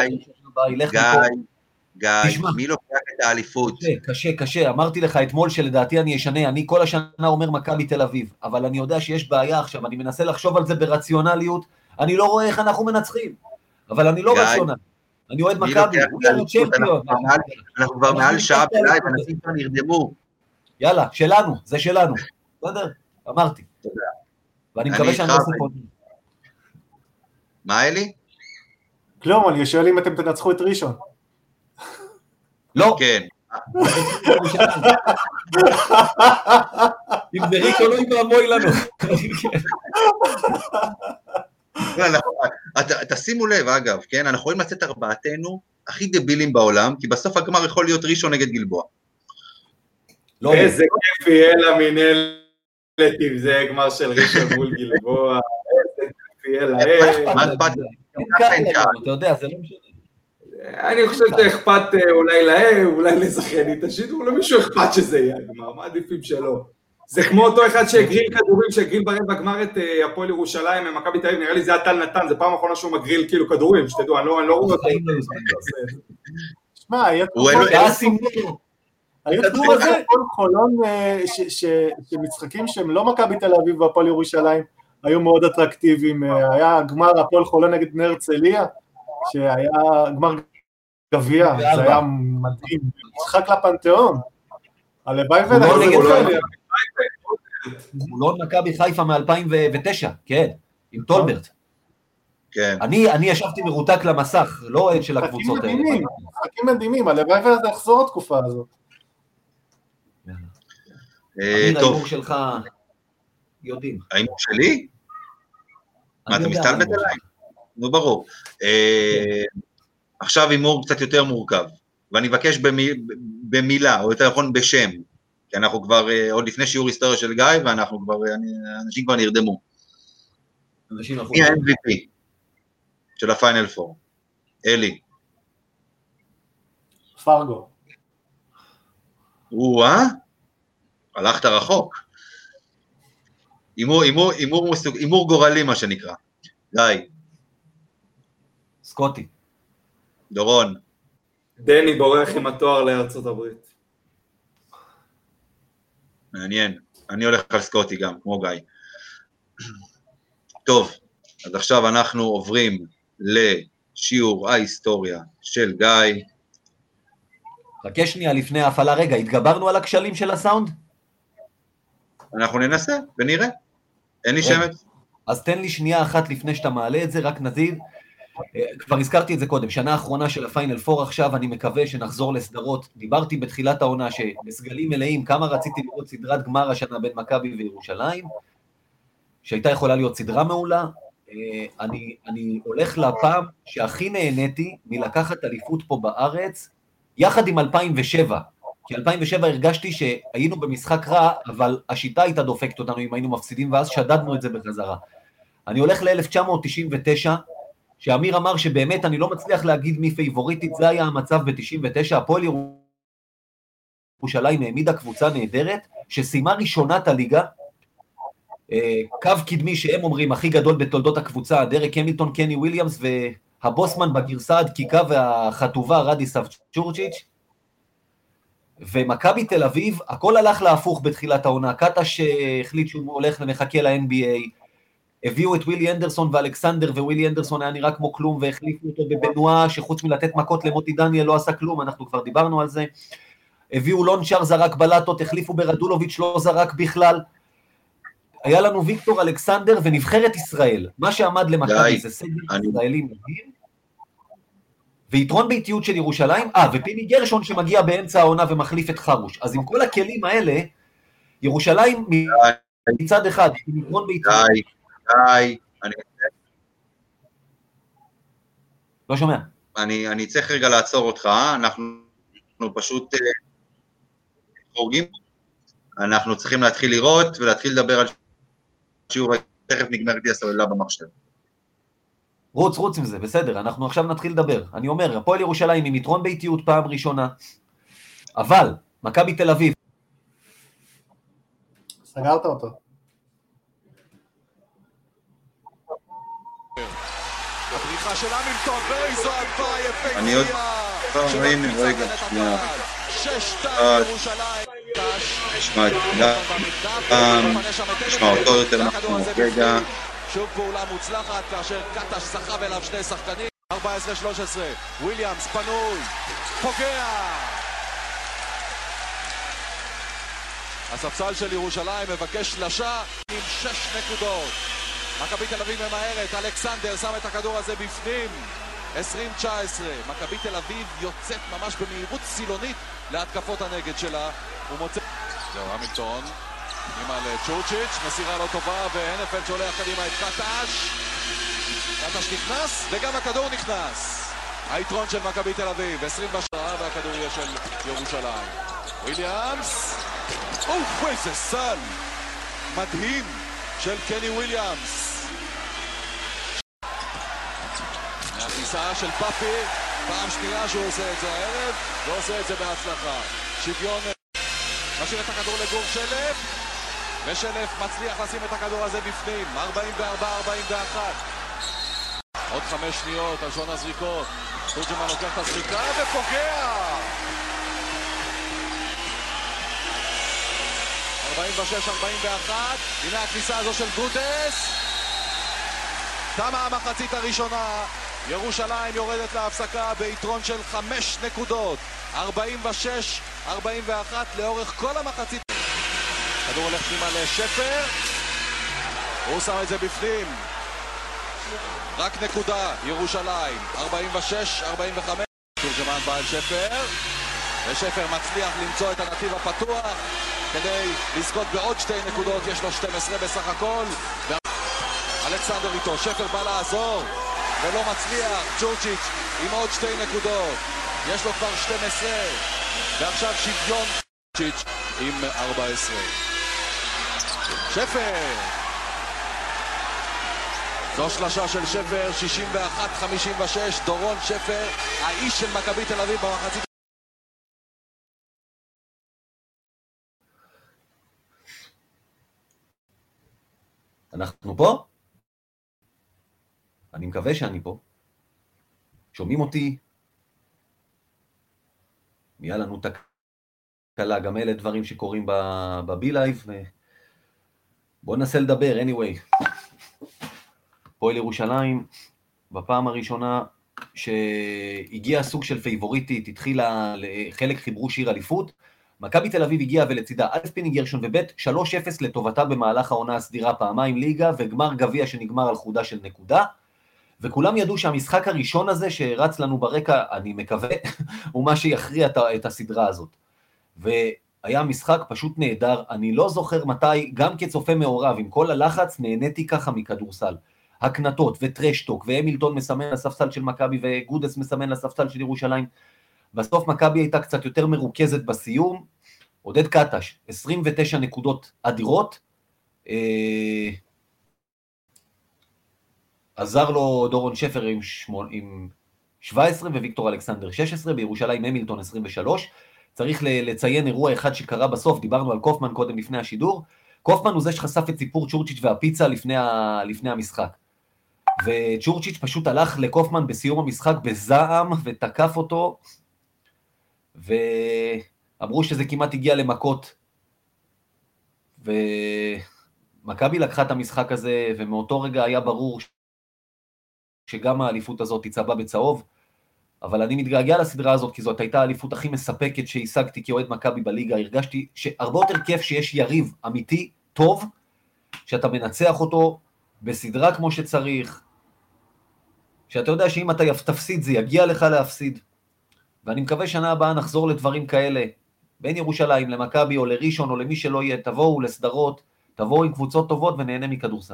גיא, מי לוקח את האליפות? קשה, אמרתי לך אתמול שלדעתי אני אשנה, אני כל השנה אומר מכבי תל אביב, אבל אני יודע שיש בעיה עכשיו, אני מנסה לחשוב על זה ברציונליות, אני לא רואה איך אנחנו מנצחים, אבל אני לא רציונל, אני אוהד מכבי, אנחנו כבר מעל שעה בלייב, אנשים כבר נרדמו. יאללה, שלנו, זה שלנו, בסדר? אמרתי. ואני מקווה שאני לא עושה פה. מה אלי? כלום, אני שואל אם אתם תנצחו את ראשון. לא. כן. אם זה ראשון לא יבואי לנו. תשימו לב, אגב, כן? אנחנו יכולים לצאת ארבעתנו הכי דבילים בעולם, כי בסוף הגמר יכול להיות ראשון נגד גלבוע. איזה כיף יהיה למנהלת אם זה גמר של ראשון מול גלבוע, איזה כיף יהיה להם. אתה יודע, זה לא משנה. אני חושב שאכפת אולי להם, אולי לזכיינית השידור, למישהו אכפת שזה יהיה הגמר, מה עדיפים שלו? זה כמו אותו אחד שהגריל כדורים, שהגריל ברבע גמר את הפועל ירושלים, מכבי תל אביב, נראה לי זה היה טל נתן, זה פעם אחרונה שהוא מגריל כאילו כדורים, שתדעו, אני לא רואה אותו. שמע, היה תקופה כל חולון שמשחקים שהם לא מכבי תל אביב והפועל ירושלים, היו מאוד אטרקטיביים, היה גמר הפועל חולון נגד בני הרצליה, שהיה גמר גביע, זה היה מדהים, משחק לפנתיאון, הלוואי ונחזור. חולון מכבי חיפה מ-2009, כן, עם טולברט. כן. אני ישבתי מרותק למסך, לא של הקבוצות האלה. משחקים מדהימים, הלוואי וזה יחזור התקופה הזאת. אמיר, ההימור שלך יודעים. ההימור שלי? מה, אתה מסתלבט עליי? נו, ברור. עכשיו הימור קצת יותר מורכב, ואני מבקש במילה, או יותר נכון בשם, כי אנחנו כבר, עוד לפני שיעור היסטוריה של גיא, ואנחנו כבר, אנשים כבר נרדמו. מי ה-MVP של הפיינל 4? אלי. פרגו. הלכת רחוק. הימור גורלי, מה שנקרא. גיא. סקוטי. דורון. דני בורח עם התואר לארצות הברית. מעניין. אני הולך על סקוטי גם, כמו גיא. טוב, אז עכשיו אנחנו עוברים לשיעור ההיסטוריה של גיא. חכה שנייה לפני ההפעלה, רגע, התגברנו על הכשלים של הסאונד? אנחנו ננסה ונראה. אין לי שמץ. אז תן לי שנייה אחת לפני שאתה מעלה את זה, רק נזיד. כבר הזכרתי את זה קודם, שנה האחרונה של הפיינל 4 עכשיו, אני מקווה שנחזור לסדרות. דיברתי בתחילת העונה שבסגלים מלאים, כמה רציתי לראות סדרת גמר השנה בין מכבי וירושלים, שהייתה יכולה להיות סדרה מעולה. אני הולך לפעם שהכי נהניתי מלקחת אליפות פה בארץ, יחד עם 2007, כי 2007 הרגשתי שהיינו במשחק רע, אבל השיטה הייתה דופקת אותנו אם היינו מפסידים, ואז שדדנו את זה בחזרה. אני הולך ל-1999, שאמיר אמר שבאמת אני לא מצליח להגיד מי פייבוריטית, זה היה המצב ב-99, הפועל ירושלים העמידה קבוצה נהדרת, שסיימה ראשונת הליגה, קו קדמי שהם אומרים הכי גדול בתולדות הקבוצה, דרק המילטון, קני וויליאמס, והבוסמן בגרסה הדקיקה והחטובה רדי סבצ'ורצ'יץ', ומכבי תל אביב, הכל הלך להפוך בתחילת העונה, קטש החליט שהוא הולך ומחכה ל-NBA, הביאו את ווילי אנדרסון ואלכסנדר, ווילי אנדרסון היה נראה כמו כלום, והחליפו אותו בבנואה, שחוץ מלתת מכות למוטי דניאל לא עשה כלום, אנחנו כבר דיברנו על זה, הביאו לונצ'ר זרק בלטות, החליפו ברדולוביץ' לא זרק בכלל, היה לנו ויקטור אלכסנדר ונבחרת ישראל, מה שעמד למכבי זה סגל ישראלי מדהים, ויתרון ביתיות של ירושלים, ופיני גרשון שמגיע באמצע העונה ומחליף את חרוש, אז עם כל הכלים האלה, ירושלים מצד אחד, עם יתרון ביתיות, לא שומע. אני צריך רגע לעצור אותך, אנחנו פשוט חורגים, אנחנו צריכים להתחיל לראות ולהתחיל לדבר על שיעור, תכף נגמרתי הסוללה במחשב. רוץ עם זה, בסדר, אנחנו עכשיו נתחיל לדבר. אני אומר, הפועל ירושלים עם יתרון ביתיות פעם ראשונה, אבל מכבי תל אביב. סגרת אותו. הבריחה של המילטון, ואיזו הדברה יפהפייה. אני עוד פעמים, רגע, שנייה. 6-2 ירושלים. נשמע אותו יותר נכון, רגע. שוב פעולה מוצלחת כאשר קטש סחב אליו שני שחקנים. 14-13, וויליאמס פנוי, פוגע. הספסל של ירושלים מבקש שלשה עם 6 נקודות. מכבי תל אביב ממהרת, אלכסנדר שם את הכדור הזה בפנים. מכבי תל אביב יוצאת ממש במהירות סילונית להתקפות הנגד שלה. הוא מוצא... זהו, המילטון. נימה לצ'ורצ'יץ', מסירה לא טובה, והנפלד שולח קדימה את קטש. קטש נכנס, וגם הכדור נכנס. היתרון של מכבי תל אביב, 20 בשעה, והכדור יהיה של ירושלים. וויליאמס. איזה סל! מדהים של קני וויליאמס. מהכניסה של פאפי, פעם שנייה שהוא עושה את זה הערב, ועושה את זה בהצלחה. שוויון משאיר את הכדור לגור שלף, ושלף מצליח לשים את הכדור הזה בפנים. 44-41. עוד 5 שניות על שעון הזריקות. תורג'מן לוקח את הזריקה ופוגע! 46-41. הנה הכניסה הזו של גודס. תמה המחצית הראשונה. ירושלים יורדת להפסקה ביתרון של 5 נקודות. 46-41 לאורך כל המחצית. כדור הולך פנימה לשפר. הוא שם את זה בפנים. רק נקודה, ירושלים. 46-45. תורג'מן בא אל שפר. ושפר מצליח למצוא את הנתיב הפתוח כדי לזכות בעוד 2 נקודות. יש לו 12 בסך הכל. אלכסנדר איתו. שפר בא לעזור ולא מצליח. צ'ורצ'יץ' עם עוד 2 נקודות. יש לו כבר 12. ועכשיו שוויון. צ'ורצ'יץ' עם 14. שפר. זו שלשה של שפר. 61-56. דורון שפר, האיש של מכבי תל אביב במחצית. אנחנו פה? אני מקווה שאני פה. שומעים אותי? נהיה לנו תקלה, גם אלה דברים שקורים בבי לייב. בואו ננסה לדבר, anyway. פועל ירושלים, בפעם הראשונה שהגיע סוג של פייבוריטית, התחילה, חלק חיברו שיר אליפות, מכבי תל אביב הגיעה ולצידה א' פיני גרשון וב' 3-0 לטובתה במהלך העונה הסדירה, פעמיים ליגה וגמר גביע שנגמר על חודה של נקודה, וכולם ידעו שהמשחק הראשון הזה שרץ לנו ברקע, אני מקווה, הוא מה שיכריע את הסדרה הזאת. והיה משחק פשוט נהדר, אני לא זוכר מתי, גם כצופה מעורב, עם כל הלחץ, נהניתי ככה מכדורסל. הקנטות וטרשטוק, והמילטון מסמן לספסל של מכבי, וגודס מסמן לספסל של ירושלים. בסוף מכבי הייתה קצת יותר מרוכזת בסיום. עודד קטש, 29 נקודות אדירות. עזר לו דורון שפר עם 17, וויקטור אלכסנדר 16, בירושלים המילטון 23. צריך לציין אירוע אחד שקרה בסוף, דיברנו על קופמן קודם לפני השידור. קופמן הוא זה שחשף את סיפור צ'ורצ'יץ' והפיצה לפני המשחק. וצ'ורצ'יץ' פשוט הלך לקופמן בסיום המשחק בזעם ותקף אותו, ואמרו שזה כמעט הגיע למכות, ומכבי לקחה את המשחק הזה, ומאותו רגע היה ברור שגם האליפות הזאת תצבע בצהוב, אבל אני מתגעגע לסדרה הזאת, כי זאת הייתה האליפות הכי מספקת שהשגתי כאוהד מכבי בליגה. הרגשתי שהרבה יותר כיף שיש יריב אמיתי, טוב, שאתה מנצח אותו בסדרה כמו שצריך, שאתה יודע שאם אתה תפסיד זה יגיע לך להפסיד, ואני מקווה שנה הבאה נחזור לדברים כאלה, בין ירושלים למכבי או לראשון או למי שלא יהיה, תבואו לסדרות, תבואו עם קבוצות טובות ונהנה מכדורסל.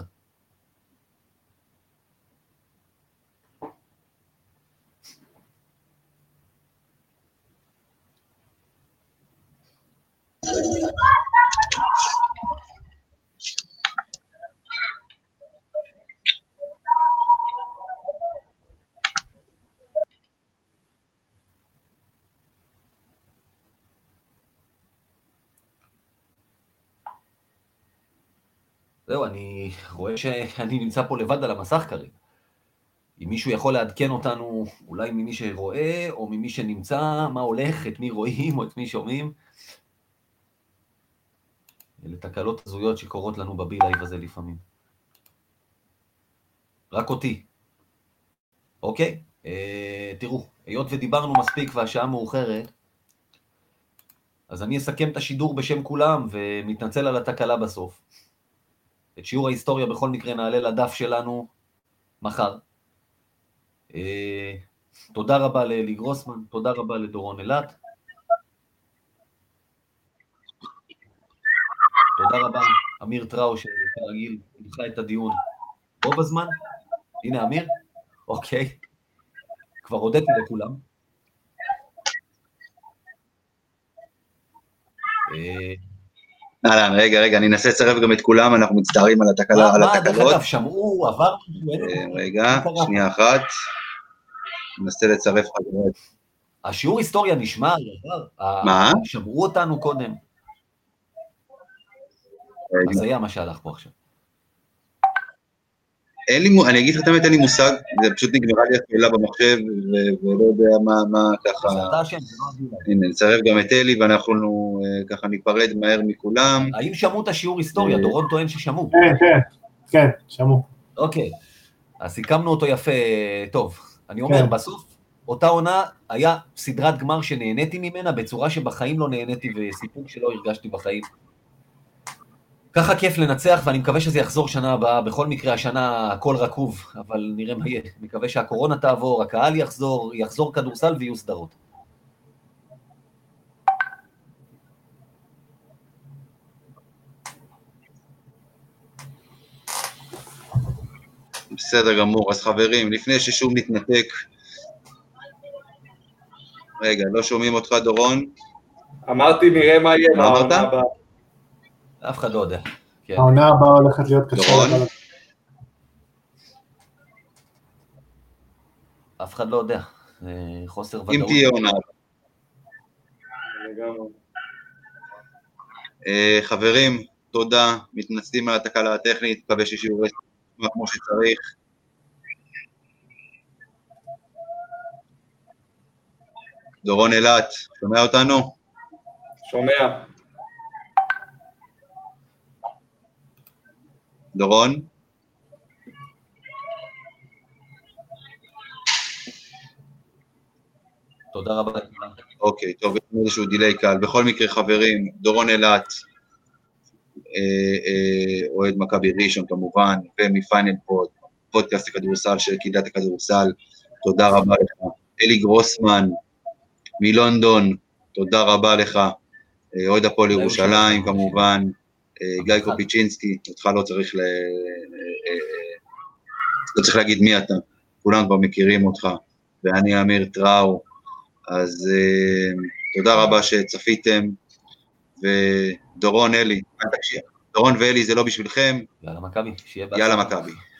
זהו, אני רואה שאני נמצא פה לבד על המסך כרגע. אם מישהו יכול לעדכן אותנו, אולי ממי שרואה, או ממי שנמצא, מה הולך, את מי רואים, או את מי שומעים. אלה תקלות הזויות שקורות לנו בבי לייב הזה לפעמים. רק אותי. אוקיי? תראו, היות ודיברנו מספיק והשעה מאוחרת, אז אני אסכם את השידור בשם כולם, ומתנצל על התקלה בסוף. את שיעור ההיסטוריה בכל מקרה נעלה לדף שלנו מחר. תודה רבה לאלי גרוסמן, תודה רבה לדורון אלת. תודה רבה, אמיר טראו, שכרגיל הנחה את הדיון רוב הזמן. הנה אמיר, אוקיי. כבר הודיתי לכולם. רגע, אני אנסה לצרף גם את כולם, אנחנו מצטערים על התקלות. מה, דרך אגב, שמעו, עבר? רגע, שנייה אחת. ננסה לצרף חזרות. השיעור היסטוריה נשמע, מה? שמעו אותנו קודם. אז היה מה שהלך פה עכשיו. אני אגיד לך תמיד, אין לי מושג, זה פשוט נגמרה לי השאלה במחשב, ולא יודע מה ככה... אז אתה השם, זה לא אבילה. הנה, נצרף גם את אלי, ואנחנו ככה ניפרד מהר מכולם. האם שמעו את השיעור היסטוריה? דורון טוען ששמעו. כן, שמעו. אוקיי, אז סיכמנו אותו יפה, טוב. אני אומר, בסוף, אותה עונה היה סדרת גמר שנהניתי ממנה, בצורה שבחיים לא נהניתי, וסיפוק שלא הרגשתי בחיים. ככה כיף לנצח, ואני מקווה שזה יחזור שנה הבאה, בכל מקרה השנה הכל רקוב, אבל נראה מה יהיה. מקווה שהקורונה תעבור, הקהל יחזור כדורסל ויהיו סדרות. בסדר גמור, אז חברים, לפני ששוב נתנתק, רגע, לא שומעים אותך דורון? אמרתי, נראה מה יהיה. מה אמרת? אף אחד לא יודע. העונה הבאה הולכת להיות קשה. דורון? אף אחד לא יודע. חוסר ודאות. אם תהיה עונה. חברים, תודה, מתנצלים על התקלה הטכנית, מקווה ששיעורי כמו שצריך. דורון אלת, שומע אותנו? שומע. דורון? תודה רבה. אוקיי, טוב, יש איזשהו דילי קל. בכל מקרה, חברים, דורון אלת, אוהד מכבי ראשון כמובן, ומפיינל פוד, פודקאסט הכדורסל של קהילת הכדורסל, תודה רבה לך. אלי גרוסמן, מלונדון, תודה רבה לך. אוהד הפועל ירושלים כמובן, גיא קופיצ'ינסקי, אותך לא צריך להגיד מי אתה, כולם כבר מכירים אותך, ואני אמיר טראו, אז תודה רבה שצפיתם, ודורון אלי, דורון ואלי זה לא בשבילכם, יאללה מכבי, יאללה מכבי.